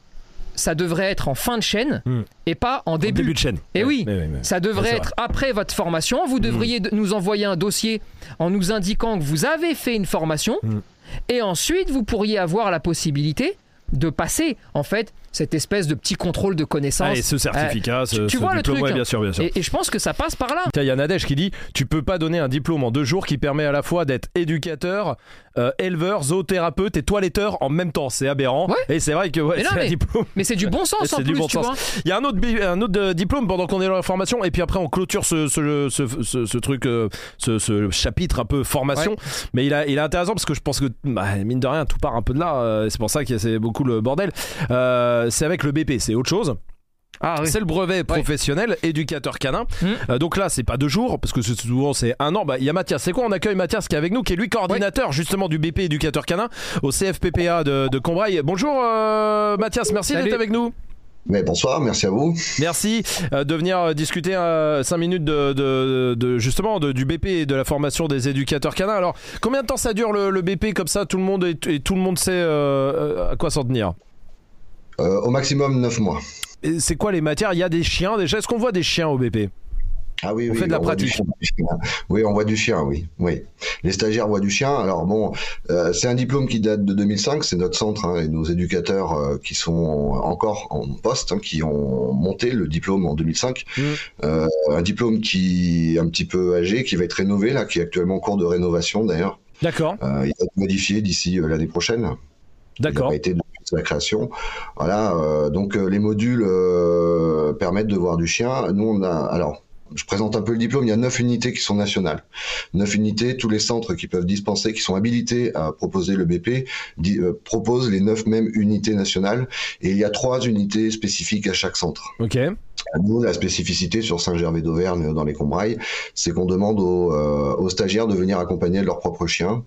ça devrait être en fin de chaîne mmh. et pas en début. début de chaîne. Et ouais, oui, mais, mais, mais, ça devrait être vrai. Après votre formation. Vous devriez mmh. nous envoyer un dossier en nous indiquant que vous avez fait une formation mmh. et ensuite vous pourriez avoir la possibilité de passer en fait cette espèce de petit contrôle de connaissances. Ah, et ce certificat, euh, ce, tu, tu ce vois diplôme, le truc, ouais, bien sûr, bien sûr. Et, et je pense que ça passe par là. Il y a Nadège qui dit tu peux pas donner un diplôme en deux jours qui permet à la fois d'être éducateur, euh, éleveur, zoothérapeute et toiletteur en même temps. C'est aberrant. Ouais. Et c'est vrai que ouais, non, c'est mais, un diplôme. Mais c'est du bon sens en plus, bon tu sens. vois. Il y a un autre, un autre diplôme pendant qu'on est dans la formation et puis après on clôture ce, ce, ce, ce, ce truc, ce, ce chapitre un peu formation. Ouais. Mais il, a, il est intéressant parce que je pense que bah, mine de rien tout part un peu de là. C'est pour ça que c'est beaucoup le bordel. Euh, c'est avec le B P, c'est autre chose. Ah, oui. C'est le brevet professionnel ouais. éducateur canin. Mmh. Euh, donc là, c'est pas deux jours parce que c'est, souvent c'est un an. Bah, il y a Mathias. C'est quoi? On accueille Mathias qui est avec nous, qui est lui coordinateur ouais. justement du B P éducateur canin au C F P P A de, de Combrailles. Bonjour euh, Mathias, merci Salut. d'être avec nous. Mais bonsoir, merci à vous. Merci euh, de venir discuter cinq euh, minutes de, de, de justement de, du B P et de la formation des éducateurs canins. Alors, combien de temps ça dure le, le B P comme ça, tout le monde et, et tout le monde sait euh, à quoi s'en tenir? Euh, au maximum neuf mois. Et c'est quoi les matières? Il y a des chiens déjà. Est-ce qu'on voit des chiens au B P? Ah oui, on oui, fait de la on pratique. Oui, on voit du chien, oui. oui. Les stagiaires voient du chien. Alors bon, euh, c'est un diplôme qui date de deux mille cinq, c'est notre centre hein, et nos éducateurs euh, qui sont encore en poste, hein, qui ont monté le diplôme en deux mille cinq. Mmh. Euh, un diplôme qui est un petit peu âgé, qui va être rénové, là, qui est actuellement en cours de rénovation d'ailleurs. D'accord. Euh, il va être modifié d'ici euh, l'année prochaine. D'accord. Il n'a pas été depuis sa création. Voilà, euh, donc euh, les modules euh, permettent de voir du chien. Nous, on a... Alors, je présente un peu le diplôme, il y a neuf unités qui sont nationales. neuf unités, tous les centres qui peuvent dispenser, qui sont habilités à proposer le B P, di- euh, proposent les neuf mêmes unités nationales. Et il y a trois unités spécifiques à chaque centre. Ok. Nous, la spécificité sur Saint-Gervais-d'Auvergne dans les Combrailles, c'est qu'on demande aux, euh, aux stagiaires de venir accompagner de leur propre chien.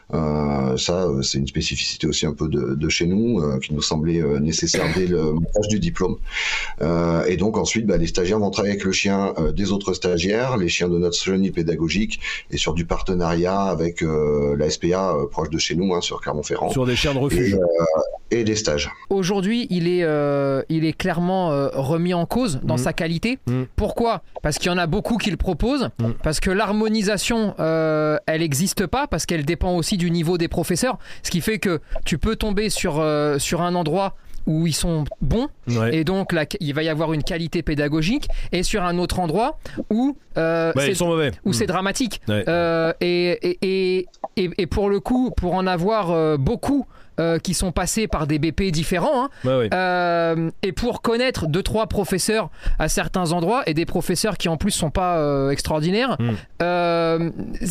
Euh, ça, c'est une spécificité aussi un peu de, de chez nous, euh, qui nous semblait euh, nécessaire dès le montage du diplôme. Euh, et donc ensuite, bah, les stagiaires vont travailler avec le chien euh, des autres stagiaires, les chiens de notre chenille pédagogique, et sur du partenariat avec euh, la S P A euh, proche de chez nous, hein, sur Clermont-Ferrand. Sur des chiens de refuge. Et, euh, et des stages. Aujourd'hui, il est, euh, il est clairement euh, remis en cause dans mmh. sa qualité. Mmh. Pourquoi? Parce qu'il y en a beaucoup qui le proposent, mmh. parce que l'harmonisation, euh, elle n'existe pas, parce qu'elle dépend aussi du niveau des professeurs, ce qui fait que tu peux tomber sur, euh, sur un endroit où ils sont bons, ouais. et donc là, il va y avoir une qualité pédagogique, et sur un autre endroit où, euh, ouais, c'est, ils sont mauvais. où mmh. c'est dramatique. Ouais. Euh, et, et, et, et, et pour le coup, pour en avoir euh, beaucoup euh, qui sont passés par des B P différents, hein, ouais, ouais. Euh, et pour connaître deux trois professeurs à certains endroits, et des professeurs qui en plus sont pas euh, extraordinaires, mmh. euh,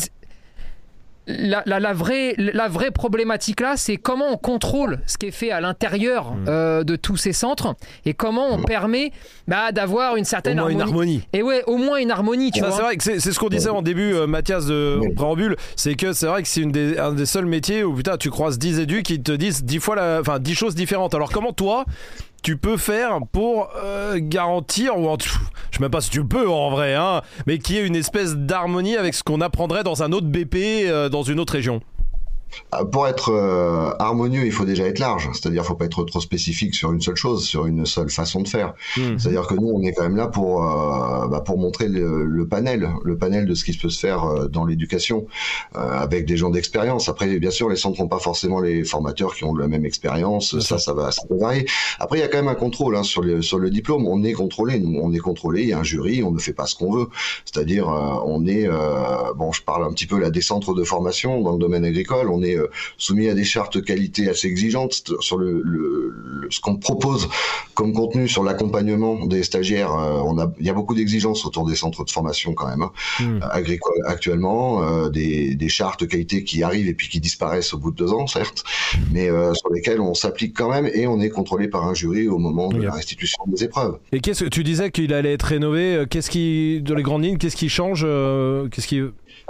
La, la, la, vraie, la vraie problématique là, c'est comment on contrôle ce qui est fait à l'intérieur mmh. euh, de tous ces centres, et comment on permet bah, d'avoir une certaine au moins harmonie. Une harmonie. Et ouais, au moins une harmonie. Tu ça, vois. C'est vrai que c'est, c'est ce qu'on disait en début, euh, Mathias de oui. préambule, c'est que c'est vrai que c'est une des, un des seuls métiers où putain, tu croises dix édus qui te disent dix fois la, enfin dix choses différentes. Alors comment toi tu peux faire pour euh, garantir, ou en, je sais même pas si tu peux en vrai, hein, mais qu'il y ait une espèce d'harmonie avec ce qu'on apprendrait dans un autre B P euh, dans une autre région? Pour être euh, harmonieux, il faut déjà être large, c'est-à-dire qu'il ne faut pas être trop spécifique sur une seule chose, sur une seule façon de faire. Mmh. C'est-à-dire que nous, on est quand même là pour, euh, bah, pour montrer le, le panel, le panel de ce qui peut se faire euh, dans l'éducation, euh, avec des gens d'expérience. Après, bien sûr, les centres n'ont pas forcément les formateurs qui ont la même expérience, ça, ça va, ça peut varier. Après, il y a quand même un contrôle hein, sur, le, sur le diplôme, on est contrôlé, nous, on est contrôlé, il y a un jury, on ne fait pas ce qu'on veut. C'est-à-dire, euh, on est, euh, bon, je parle un petit peu là des centres de formation dans le domaine agricole, on est euh, soumis à des chartes qualité assez exigeantes sur le, le, le ce qu'on propose comme contenu sur l'accompagnement des stagiaires. Euh, on a, il y a beaucoup d'exigences autour des centres de formation quand même, hein, mmh. agricoles actuellement, euh, des, des chartes qualité qui arrivent et puis qui disparaissent au bout de deux ans, certes, mais euh, sur lesquelles on s'applique quand même et on est contrôlé par un jury au moment de oui. la restitution des épreuves. Et qu'est-ce que tu disais qu'il allait être rénové? Qu'est-ce qui, dans les grandes lignes, qu'est-ce qui change? euh, Qu'est-ce qui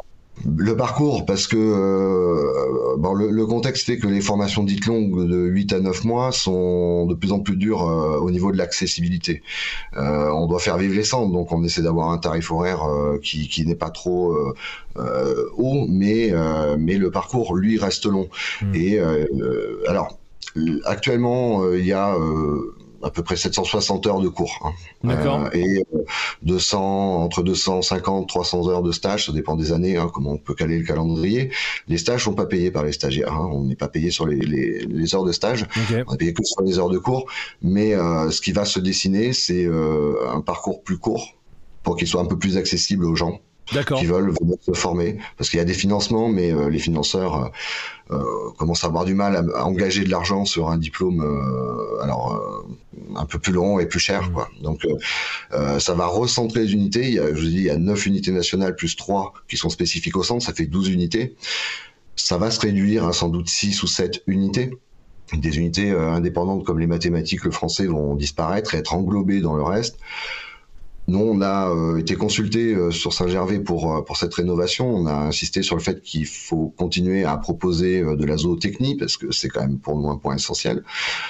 Le parcours, parce que euh, bon, le, le contexte fait que les formations dites longues de huit à neuf mois sont de plus en plus dures euh, au niveau de l'accessibilité. Euh, on doit faire vivre les centres, donc on essaie d'avoir un tarif horaire euh, qui, qui n'est pas trop euh, euh, haut, mais, euh, mais le parcours, lui, reste long. Mmh. Et euh, euh, alors, actuellement, euh, il y a... Euh, à peu près sept cent soixante heures de cours. Hein. D'accord. Euh, et deux cents, entre deux cent cinquante et trois cents heures de stage, ça dépend des années, hein, comment on peut caler le calendrier. Les stages sont pas payés par les stagiaires, hein. On n'est pas payé sur les, les, les heures de stage, okay. On est payé que sur les heures de cours. Mais euh, ce qui va se dessiner, c'est euh, un parcours plus court pour qu'il soit un peu plus accessible aux gens. D'accord. Qui veulent venir se former, parce qu'il y a des financements, mais euh, les financeurs euh, euh, commencent à avoir du mal à, à engager de l'argent sur un diplôme euh, alors euh, un peu plus long et plus cher, mmh. quoi. Donc euh, euh, ça va recentrer les unités. Il y a, je vous dis, il y a neuf unités nationales plus trois qui sont spécifiques au centre, ça fait douze unités. Ça va se réduire à sans doute six ou sept unités. Des unités euh, indépendantes comme les mathématiques, le français vont disparaître et être englobées dans le reste. Nous, on a euh, été consulté euh, sur Saint-Gervais pour euh, pour cette rénovation. On a insisté sur le fait qu'il faut continuer à proposer euh, de la zootechnie parce que c'est quand même pour nous un point essentiel.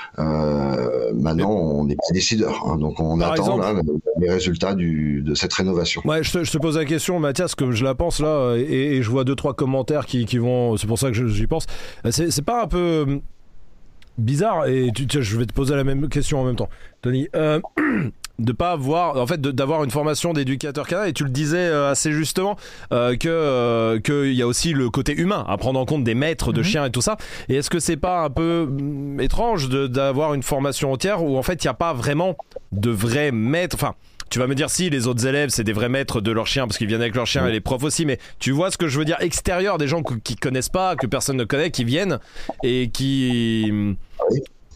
Euh, maintenant, on n'est pas décideur, hein, donc on Par attend exemple, là, les résultats du, de cette rénovation. Ouais, je te, je te pose la question, Mathias, comme je la pense là, et, et je vois deux trois commentaires qui qui vont. C'est pour ça que je, j'y pense. C'est c'est pas un peu bizarre, et tu, tiens, je vais te poser la même question en même temps, Tony. Euh, de pas avoir, en fait, de, d'avoir une formation d'éducateur canin, et tu le disais euh, assez justement euh, que euh, qu'il y a aussi le côté humain à prendre en compte des maîtres de mmh. chiens et tout ça. Et est-ce que c'est pas un peu mm, étrange de, d'avoir une formation entière où en fait il n'y a pas vraiment de vrais maîtres, enfin. Tu vas me dire si les autres élèves c'est des vrais maîtres de leurs chiens parce qu'ils viennent avec leurs chiens, et les profs aussi, mais tu vois ce que je veux dire, extérieur, des gens qui connaissent pas, que personne ne connaît, qui viennent et qui... Oui,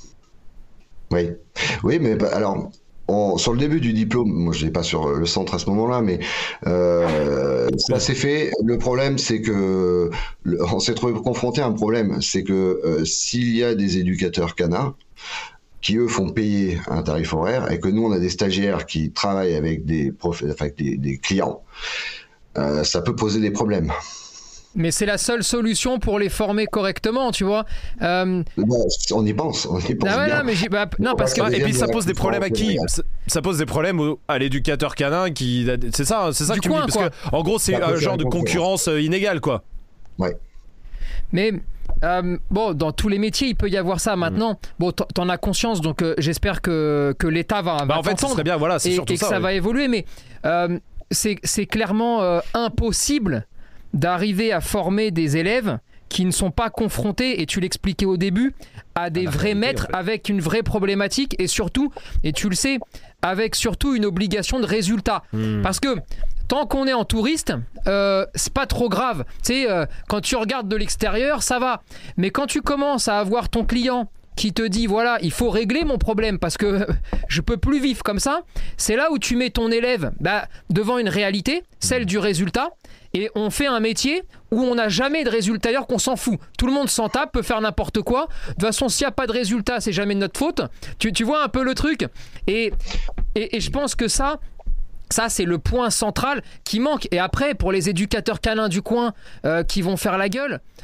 oui, oui mais alors... On, sur le début du diplôme, moi je n'étais pas sur le centre à ce moment-là, mais euh, ça s'est fait. Le problème, c'est que le, on s'est trouvé confronté à un problème, c'est que euh, s'il y a des éducateurs canins qui eux font payer un tarif horaire et que nous on a des stagiaires qui travaillent avec des prof, enfin, des, des clients, euh, ça peut poser des problèmes. Mais c'est la seule solution pour les former correctement, tu vois. Euh... Bon, on y pense, on y pense ah ouais, bien. Non, mais j'ai... bah, non, parce que... Et puis ça pose des problèmes à qui ? Ça pose des problèmes au... à l'éducateur canin qui... C'est ça, c'est ça du que coin, tu me dis, parce que, en gros, c'est ça un genre de concurrence inégale, quoi. Ouais. Mais... Euh, bon, dans tous les métiers, il peut y avoir ça. Maintenant, mmh. bon, t'en as conscience, donc euh, j'espère que, que l'État va, va bah, en fait, ce serait bien, voilà, c'est et, surtout et que ça, ça oui. va évoluer, mais euh, c'est, c'est clairement euh, impossible d'arriver à former des élèves qui ne sont pas confrontés, et tu l'expliquais au début, à des vrais maîtres avec une vraie problématique, et surtout, et tu le sais, avec surtout une obligation de résultat. Mmh. Parce que tant qu'on est en touriste, euh, c'est pas trop grave. Tu sais, euh, quand tu regardes de l'extérieur, ça va. Mais quand tu commences à avoir ton client qui te dit, voilà, il faut régler mon problème parce que je peux plus vivre comme ça, c'est là où tu mets ton élève bah, devant une réalité, celle du résultat, et on fait un métier où on n'a jamais de résultat, d'ailleurs qu'on s'en fout. Tout le monde s'en tape, peut faire n'importe quoi. De toute façon, s'il n'y a pas de résultat, c'est jamais de notre faute. Tu, tu vois un peu le truc. Et, et, et je pense que ça... Ça, c'est le point central qui manque. Et après, pour les éducateurs canins du coin euh, qui vont faire la gueule,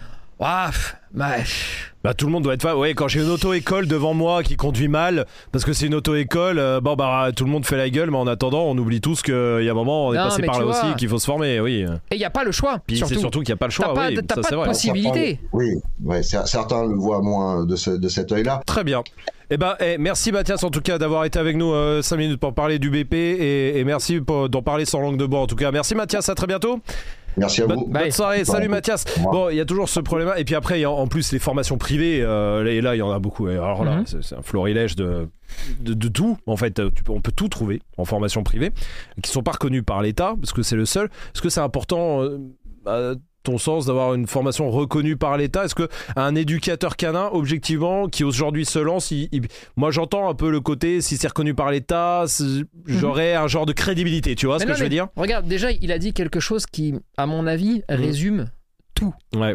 Ah, bah... Bah tout le monde doit être fan. Ouais, quand j'ai une auto-école devant moi qui conduit mal, parce que c'est une auto-école, euh, bon bah tout le monde fait la gueule, mais en attendant, on oublie tous qu'il y a un moment, on est non, passé par là vois... aussi, qu'il faut se former, oui. Et il n'y a pas le choix. Puis surtout. c'est surtout qu'il n'y a pas le choix, t'as oui. Pas, t'as ça, pas c'est de vrai. possibilité. Oui, ouais, certains le voient moins de, ce, de cet œil-là. Très bien. Eh ben, eh, merci Mathias en tout cas d'avoir été avec nous euh, cinq minutes pour parler du B P et, et merci pour, d'en parler sans langue de bois en tout cas. Merci Mathias, à très bientôt. Merci à vous. Bonne, bonne soirée, salut Mathias. Bon, il y a toujours ce problème-là. Et puis après, il y a en plus les formations privées. Euh, et là, il y en a beaucoup. Alors là, mm-hmm. c'est, c'est un florilège de, de, de tout. En fait, tu peux, on peut tout trouver en formation privée qui ne sont pas reconnues par l'État parce que c'est le seul. Est-ce que c'est important euh, à ton sens d'avoir une formation reconnue par l'État? Est-ce qu'un éducateur canin, objectivement, qui aujourd'hui se lance, il, il, moi j'entends un peu le côté, si c'est reconnu par l'État, j'aurais mm-hmm. un genre de crédibilité, tu vois mais ce non, que je veux dire? Regarde, déjà, il a dit quelque chose qui, à mon avis, mmh. résume tout. Ouais.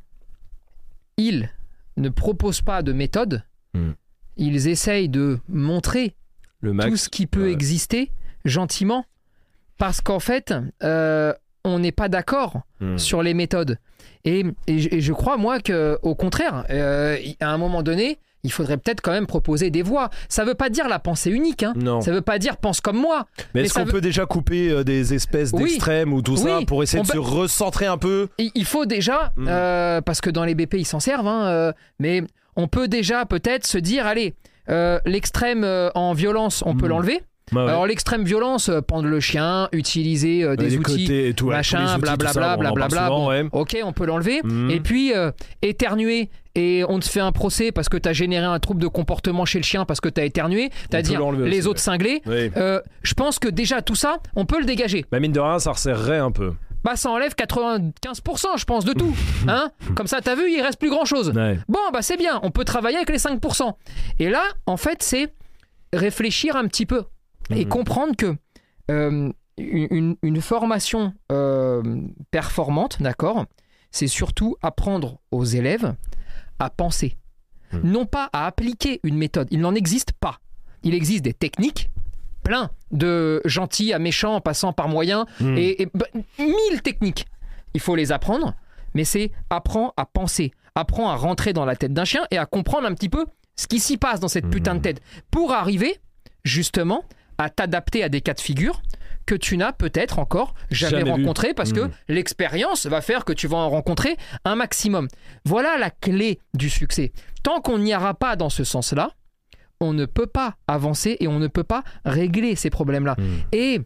Ils ne proposent pas de méthode, mmh. ils essayent de montrer le max. Tout ce qui peut ouais. exister, gentiment, parce qu'en fait... Euh, on n'est pas d'accord mmh. sur les méthodes. Et, et, et je crois, moi, qu'au contraire, euh, à un moment donné, il faudrait peut-être quand même proposer des voies. Ça ne veut pas dire la pensée unique. Hein. Non. Ça ne veut pas dire pense comme moi. Mais, mais est-ce qu'on veut... peut déjà couper euh, des espèces oui. d'extrêmes ou tout oui. ça pour essayer on de peut... se recentrer un peu? Il faut déjà, mmh. euh, parce que dans les B P, ils s'en servent, hein, euh, mais on peut déjà peut-être se dire, allez, euh, l'extrême euh, en violence, on mmh. peut l'enlever. Bah ouais. Alors l'extrême violence, euh, pendre le chien, utiliser euh, des les outils, et tout, machin, blablabla, blablabla. Bon, ouais. Ok, on peut l'enlever. Mmh. Et puis euh, éternuer et on te fait un procès parce que t'as généré un trouble de comportement chez le chien parce que t'as éternué, c'est-à-dire les aussi, autres ouais. cinglés. Oui. Euh, je pense que déjà tout ça, on peut le dégager. Bah mine de rien, ça resserrerait un peu. Bah ça enlève quatre-vingt-quinze pour cent je pense de tout. Hein Comme ça, t'as vu, il reste plus grand-chose. Ouais. Bon, bah c'est bien, on peut travailler avec les cinq pour cent. Et là, en fait, c'est réfléchir un petit peu. Et mmh. comprendre que euh, une, une formation euh, performante, d'accord, c'est surtout apprendre aux élèves à penser. Mmh. Non pas à appliquer une méthode. Il n'en existe pas. Il existe des techniques, plein de gentils à méchants en passant par moyens, mmh. et, et bah, mille techniques. Il faut les apprendre, mais c'est apprends à penser. Apprends à rentrer dans la tête d'un chien et à comprendre un petit peu ce qui s'y passe dans cette mmh. putain de tête. Pour arriver, justement, à t'adapter à des cas de figure que tu n'as peut-être encore jamais, jamais rencontrés parce mmh. que l'expérience va faire que tu vas en rencontrer un maximum. Voilà la clé du succès. Tant qu'on n'y ira pas dans ce sens-là, on ne peut pas avancer et on ne peut pas régler ces problèmes-là. Mmh. Et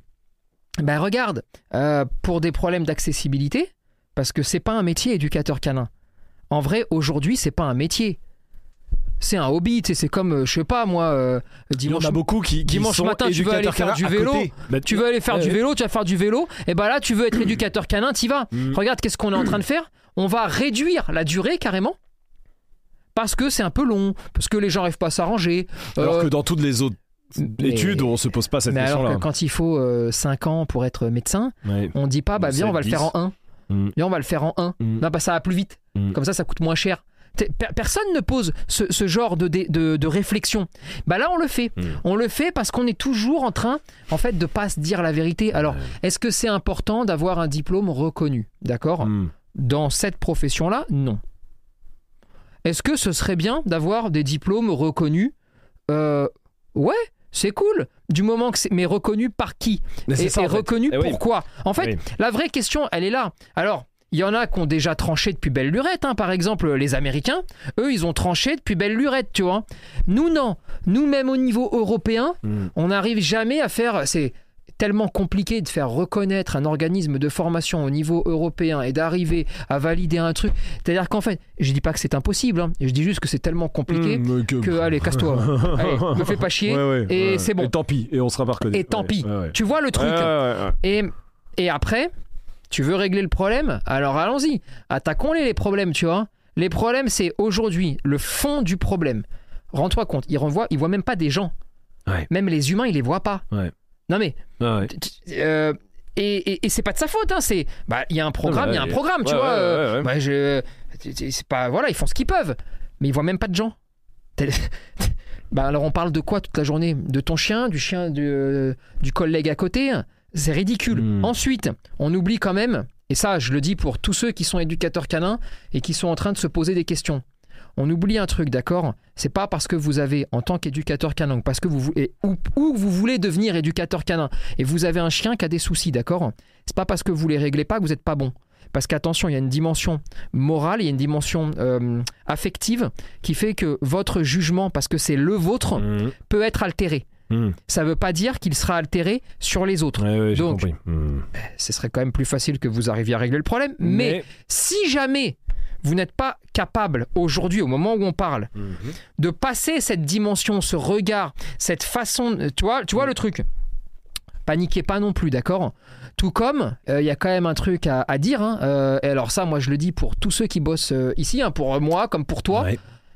ben regarde, euh, pour des problèmes d'accessibilité, parce que c'est pas un métier éducateur canin. En vrai, aujourd'hui, c'est pas un métier. C'est un hobby, tu sais, c'est comme, je sais pas moi, euh, dimanche, il y en a beaucoup qui, qui dimanche sont matin, tu veux aller faire du vélo, bah, tu veux aller faire ouais, du vélo, tu vas faire du vélo, et ben là, tu veux être éducateur canin, t'y vas. Mm. Regarde, qu'est-ce qu'on est en train de faire? On va réduire la durée carrément, parce que c'est un peu long, parce que les gens n'arrivent pas à s'arranger. Alors euh, que dans toutes les autres mais, études, on se pose pas cette question-là. Alors que quand il faut euh, cinq ans pour être médecin, ouais. on dit pas, bah viens, on va le faire en un. Mm. Viens, on va le faire en un. Mm. Non, bah ça va plus vite. Mm. Comme ça, ça coûte moins cher. Personne ne pose ce, ce genre de, de, de réflexion. Bah là, on le fait. Mmh. On le fait parce qu'on est toujours en train, en fait, de pas se dire la vérité. Alors, ouais. est-ce que c'est important d'avoir un diplôme reconnu? D'accord? mmh. Dans cette profession-là, non. Est-ce que ce serait bien d'avoir des diplômes reconnus? euh, Ouais, c'est cool. Du moment que c'est... Mais reconnus par qui? Mais Et c'est reconnu eh pourquoi? oui. En fait, oui. la vraie question, elle est là. Alors, il y en a qui ont déjà tranché depuis belle lurette, hein. Par exemple les Américains, eux ils ont tranché depuis belle lurette, tu vois. Nous non, nous même au niveau européen, mmh. on n'arrive jamais à faire, c'est tellement compliqué de faire reconnaître un organisme de formation au niveau européen et d'arriver à valider un truc. C'est-à-dire qu'en fait, je dis pas que c'est impossible, hein. Je dis juste que c'est tellement compliqué mmh, que... que allez, casse-toi, allez, me fais pas chier ouais, ouais, et ouais, c'est bon. Et tant pis, et on sera pas reconnu. Et tant ouais, pis, ouais, ouais. Tu vois le truc. Ouais, ouais, ouais. Et, et après... Tu veux régler le problème? Alors allons-y, attaquons-les les problèmes, tu vois. Les problèmes, c'est aujourd'hui le fond du problème. Rends-toi compte, ils renvoient, ils voient même pas des gens. Ouais. Même les humains, ils les voient pas. Ouais. Non mais, ouais. euh, et, et, et c'est pas de sa faute, hein. C'est, bah, il y a un programme, il ouais, y a un programme, ouais, tu ouais, vois. Ouais, ouais, ouais. Bah, je, c'est pas, voilà, ils font ce qu'ils peuvent, mais ils voient même pas de gens. Bah alors on parle de quoi toute la journée? De ton chien, du chien du, euh, du collègue à côté? C'est ridicule. Mmh. Ensuite, on oublie quand même, et ça je le dis pour tous ceux qui sont éducateurs canins et qui sont en train de se poser des questions. On oublie un truc, d'accord ? C'est pas parce que vous avez, en tant qu'éducateur canin, ou parce que vous et, ou, ou vous voulez devenir éducateur canin et vous avez un chien qui a des soucis, d'accord ? C'est pas parce que vous les réglez pas que vous êtes pas bon. Parce qu'attention, il y a une dimension morale, il y a une dimension euh, affective qui fait que votre jugement, parce que c'est le vôtre, mmh. peut être altéré. Mmh. Ça ne veut pas dire qu'il sera altéré sur les autres. Ouais, ouais, Donc, j'ai compris. Mmh. ce serait quand même plus facile que vous arriviez à régler le problème. Mais, Mais si jamais vous n'êtes pas capable, aujourd'hui, au moment où on parle, mmh. de passer cette dimension, ce regard, cette façon... Tu vois, tu vois mmh. le truc ? Paniquez pas non plus, d'accord ? Tout comme, il euh, y a quand même un truc à, à dire. Hein, euh, et alors ça, moi, je le dis pour tous ceux qui bossent euh, ici, hein, pour moi comme pour toi. Ouais.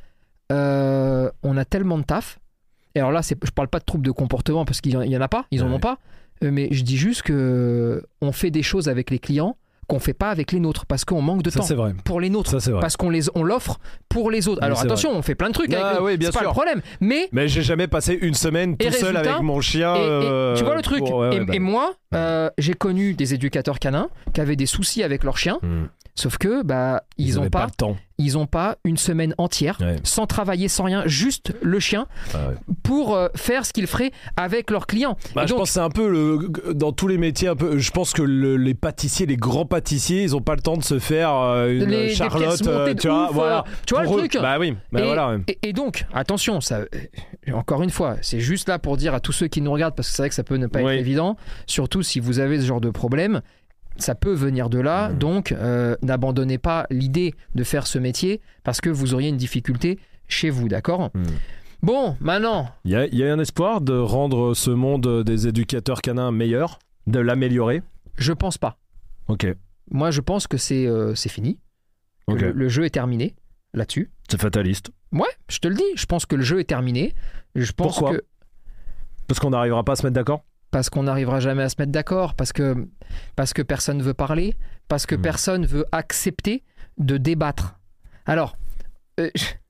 Euh, on a tellement de taf. Et alors là, c'est, je parle pas de troubles de comportement parce qu'il y en a pas, ils en ouais. ont pas. Euh, mais je dis juste que on fait des choses avec les clients qu'on fait pas avec les nôtres parce qu'on manque de ça, temps c'est vrai. pour les nôtres. Ça, c'est vrai. Parce qu'on les, on l'offre pour les autres. Alors oui, attention, vrai. on fait plein de trucs ah, avec oui, eux. bien C'est sûr. pas le problème. Mais mais j'ai jamais passé une semaine tout seul avec mon chien. Et, et, euh, tu vois le truc. pour, ouais, et, ouais, bah. et moi, euh, j'ai connu des éducateurs canins qui avaient des soucis avec leurs chiens. Hmm. Sauf que bah ils, ils ont pas, pas le temps. Ils ont pas une semaine entière ouais. sans travailler, sans rien, juste le chien ah ouais. pour euh, faire ce qu'ils feraient avec leurs clients. Bah, donc, je pense que c'est un peu le, dans tous les métiers un peu. Je pense que le, les pâtissiers, les grands pâtissiers, ils ont pas le temps de se faire euh, une les, Charlotte, euh, tu vois, ouf, voilà. Tu vois le eux, truc. Bah oui. Bah et, voilà. Ouais. Et, et donc attention, ça. Encore une fois, c'est juste là pour dire à tous ceux qui nous regardent parce que c'est vrai que ça peut ne pas oui. être évident, surtout si vous avez ce genre de problème. Ça peut venir de là, mmh. donc euh, n'abandonnez pas l'idée de faire ce métier parce que vous auriez une difficulté chez vous, d'accord ? mmh. Bon, maintenant... Il y a, y a un espoir de rendre ce monde des éducateurs canins meilleur, de l'améliorer ? Je pense pas. Ok. Moi, je pense que c'est, euh, c'est fini. Ok. Le, le jeu est terminé là-dessus. C'est fataliste. Ouais, je te le dis. Je pense que le jeu est terminé. Je pense Pourquoi ? que... Parce qu'on n'arrivera pas à se mettre d'accord ? Parce qu'on n'arrivera jamais à se mettre d'accord, parce que, parce que personne ne veut parler, parce que mmh. personne veut accepter de débattre. Alors, euh,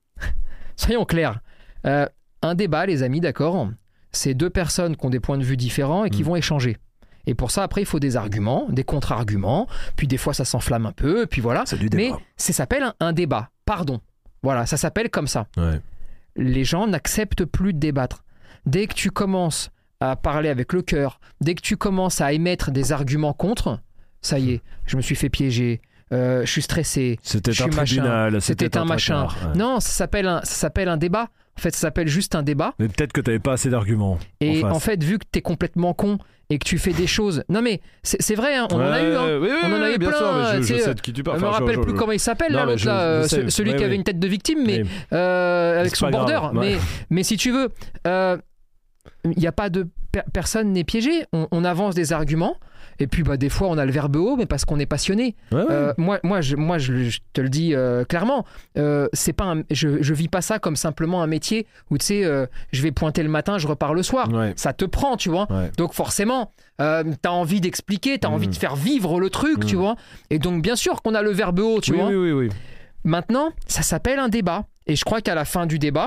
soyons clairs, euh, un débat, les amis, d'accord, c'est deux personnes qui ont des points de vue différents et qui mmh. vont échanger. Et pour ça, après, il faut des arguments, des contre-arguments, puis des fois ça s'enflamme un peu, puis voilà. C'est du débat. Mais ça s'appelle un, un débat, pardon. Voilà, ça s'appelle comme ça. Ouais. Les gens n'acceptent plus de débattre. Dès que tu commences à parler avec le cœur, dès que tu commences à émettre des arguments contre, ça y est, je me suis fait piéger, euh, je suis stressé, c'était je un suis tribunal, machin, c'était, c'était un, un machin. ouais. Non, ça s'appelle un, ça s'appelle un débat. En fait, ça s'appelle juste un débat. Mais peut-être que tu n'avais pas assez d'arguments. Et en, en fait, vu que tu es complètement con et que tu fais des choses... Non mais, c'est, c'est vrai, hein, on ouais, en a eu. Hein. Oui, oui, on en a eu bien plein. sûr, mais je, je sais euh, de qui tu parles. Je me enfin, rappelle je, plus je... comment il s'appelle, non, là, l'autre, je, là, je sais, celui oui, qui oui. avait une tête de victime, mais, mais... Euh, avec c'est son border. Ouais. Mais, mais si tu veux, il euh, n'y a pas de... Personne n'est piégé. On, on avance des arguments. Et puis bah, des fois on a le verbe haut, mais parce qu'on est passionné. Ouais, ouais. Euh, moi, moi, je, moi je, je te le dis euh, clairement, euh, c'est pas un, je, je vis pas ça comme simplement un métier où tu sais, euh, je vais pointer le matin, je repars le soir. Ouais. Ça te prend, tu vois. Ouais. Donc forcément, euh, t'as envie d'expliquer, t'as mmh. envie de faire vivre le truc, mmh. tu vois. Et donc bien sûr qu'on a le verbe haut, tu oui, vois. Oui, oui, oui. Maintenant, ça s'appelle un débat. Et je crois qu'à la fin du débat,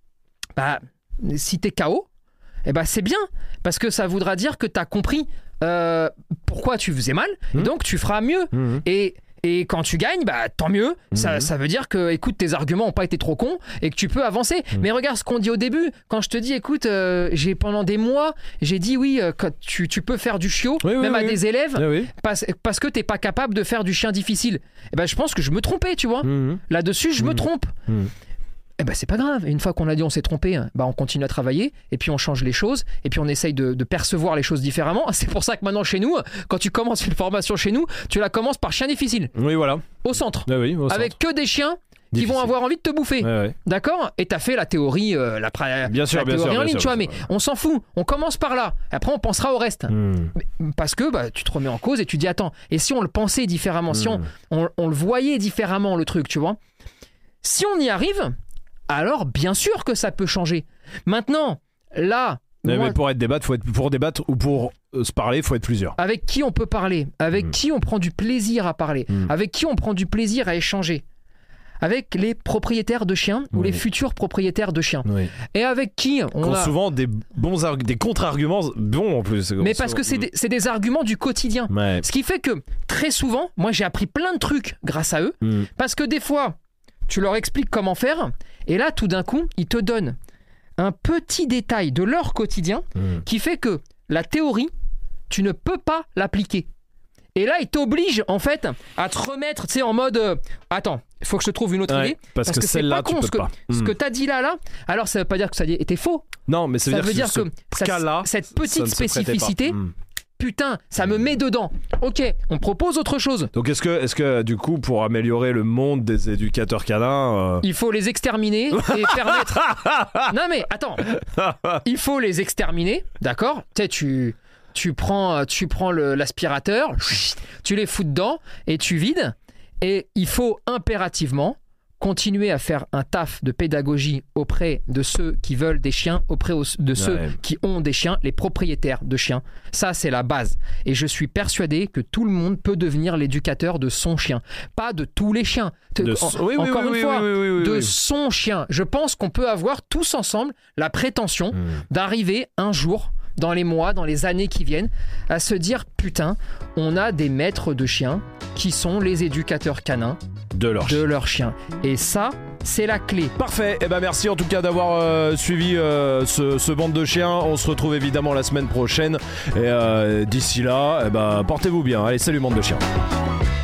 bah, si t'es K O, eh ben c'est bien, parce que ça voudra dire que t'as compris euh, pourquoi tu faisais mal, mmh. et donc tu feras mieux. Mmh. Et, et quand tu gagnes, bah, tant mieux. Mmh. Ça, ça veut dire que, écoute, tes arguments n'ont pas été trop cons et que tu peux avancer. Mmh. Mais regarde ce qu'on dit au début. Quand je te dis, écoute, euh, j'ai, pendant des mois, j'ai dit oui, euh, quand tu, tu peux faire du chiot, oui, même oui, à oui. des élèves, oui, oui. Parce, parce que t'es pas capable de faire du chien difficile. Et ben, je pense que je me trompais, tu vois. Mmh. Là-dessus, je mmh. me trompe. Mmh. Eh ben c'est pas grave, une fois qu'on a dit on s'est trompé, bah on continue à travailler et puis on change les choses et puis on essaye de, de percevoir les choses différemment. C'est pour ça que maintenant chez nous, quand tu commences une formation chez nous, tu la commences par chien difficile. Oui, voilà. Au centre. Ah oui, au avec centre. que des chiens difficile. Qui vont avoir envie de te bouffer. Ouais, ouais. D'accord ? Et t'as fait la théorie, euh, la, pra- bien sûr, la bien théorie sûr, en bien ligne, sûr, tu vois, bien mais sûr. on s'en fout. On commence par là. Après, on pensera au reste. Mmh. Parce que bah, tu te remets en cause et tu dis attends, et si on le pensait différemment, mmh. si on, on, on le voyait différemment, le truc, tu vois ? Si on y arrive, alors bien sûr que ça peut changer. Maintenant, là... Mais, moi, mais pour être débattre, faut être, pour débattre ou pour euh, se parler, il faut être plusieurs. Avec qui on peut parler ? Avec mmh. qui on prend du plaisir à parler ? mmh. Avec qui on prend du plaisir à échanger ? avec les propriétaires de chiens oui. ou les futurs propriétaires de chiens. Oui. Et avec qui on Qui ont a... souvent des, bons arg- des contre-arguments bons en plus. Mais parce que c'est des, c'est des arguments du quotidien. Ouais. Ce qui fait que très souvent, moi j'ai appris plein de trucs grâce à eux. Mm. Parce que des fois, tu leur expliques comment faire. Et là, tout d'un coup, ils te donnent un petit détail de leur quotidien mm. qui fait que la théorie, tu ne peux pas l'appliquer. Et là, il t'oblige en fait à te remettre, tu sais, en mode euh, attends, il faut que je te trouve une autre ouais, idée. Parce, parce que, que celle-là, c'est pas con, tu ce peux que, pas. Ce mmh. que t'as dit là, là, alors ça veut pas dire que ça était faux. Non, mais ça veut ça dire, veut dire que, que ce ça, cas-là, cette petite ça spécificité, mmh. putain, ça me met dedans. Ok, on propose autre chose. Donc est-ce que, est-ce que du coup, pour améliorer le monde des éducateurs canins, euh... il faut les exterminer et permettre. Non mais attends, il faut les exterminer, d'accord ? Tu sais, tu. Tu prends, tu prends le, l'aspirateur, tu les fous dedans et tu vides. Et il faut impérativement continuer à faire un taf de pédagogie auprès de ceux qui veulent des chiens, auprès de ceux ouais. qui ont des chiens, les propriétaires de chiens. Ça, c'est la base. Et je suis persuadé que tout le monde peut devenir l'éducateur de son chien. Pas de tous les chiens. De en, so- oui, encore oui, une oui, fois, oui, oui, oui, oui, de oui. son chien. Je pense qu'on peut avoir tous ensemble la prétention mmh. d'arriver un jour dans les mois, dans les années qui viennent, à se dire putain, on a des maîtres de chiens qui sont les éducateurs canins de leurs de leur chiens. Et ça, c'est la clé. Parfait. Eh ben merci en tout cas d'avoir euh, suivi euh, ce, ce bande de chiens. On se retrouve évidemment la semaine prochaine. Et euh, d'ici là, eh ben portez-vous bien. Allez, salut bande de chiens.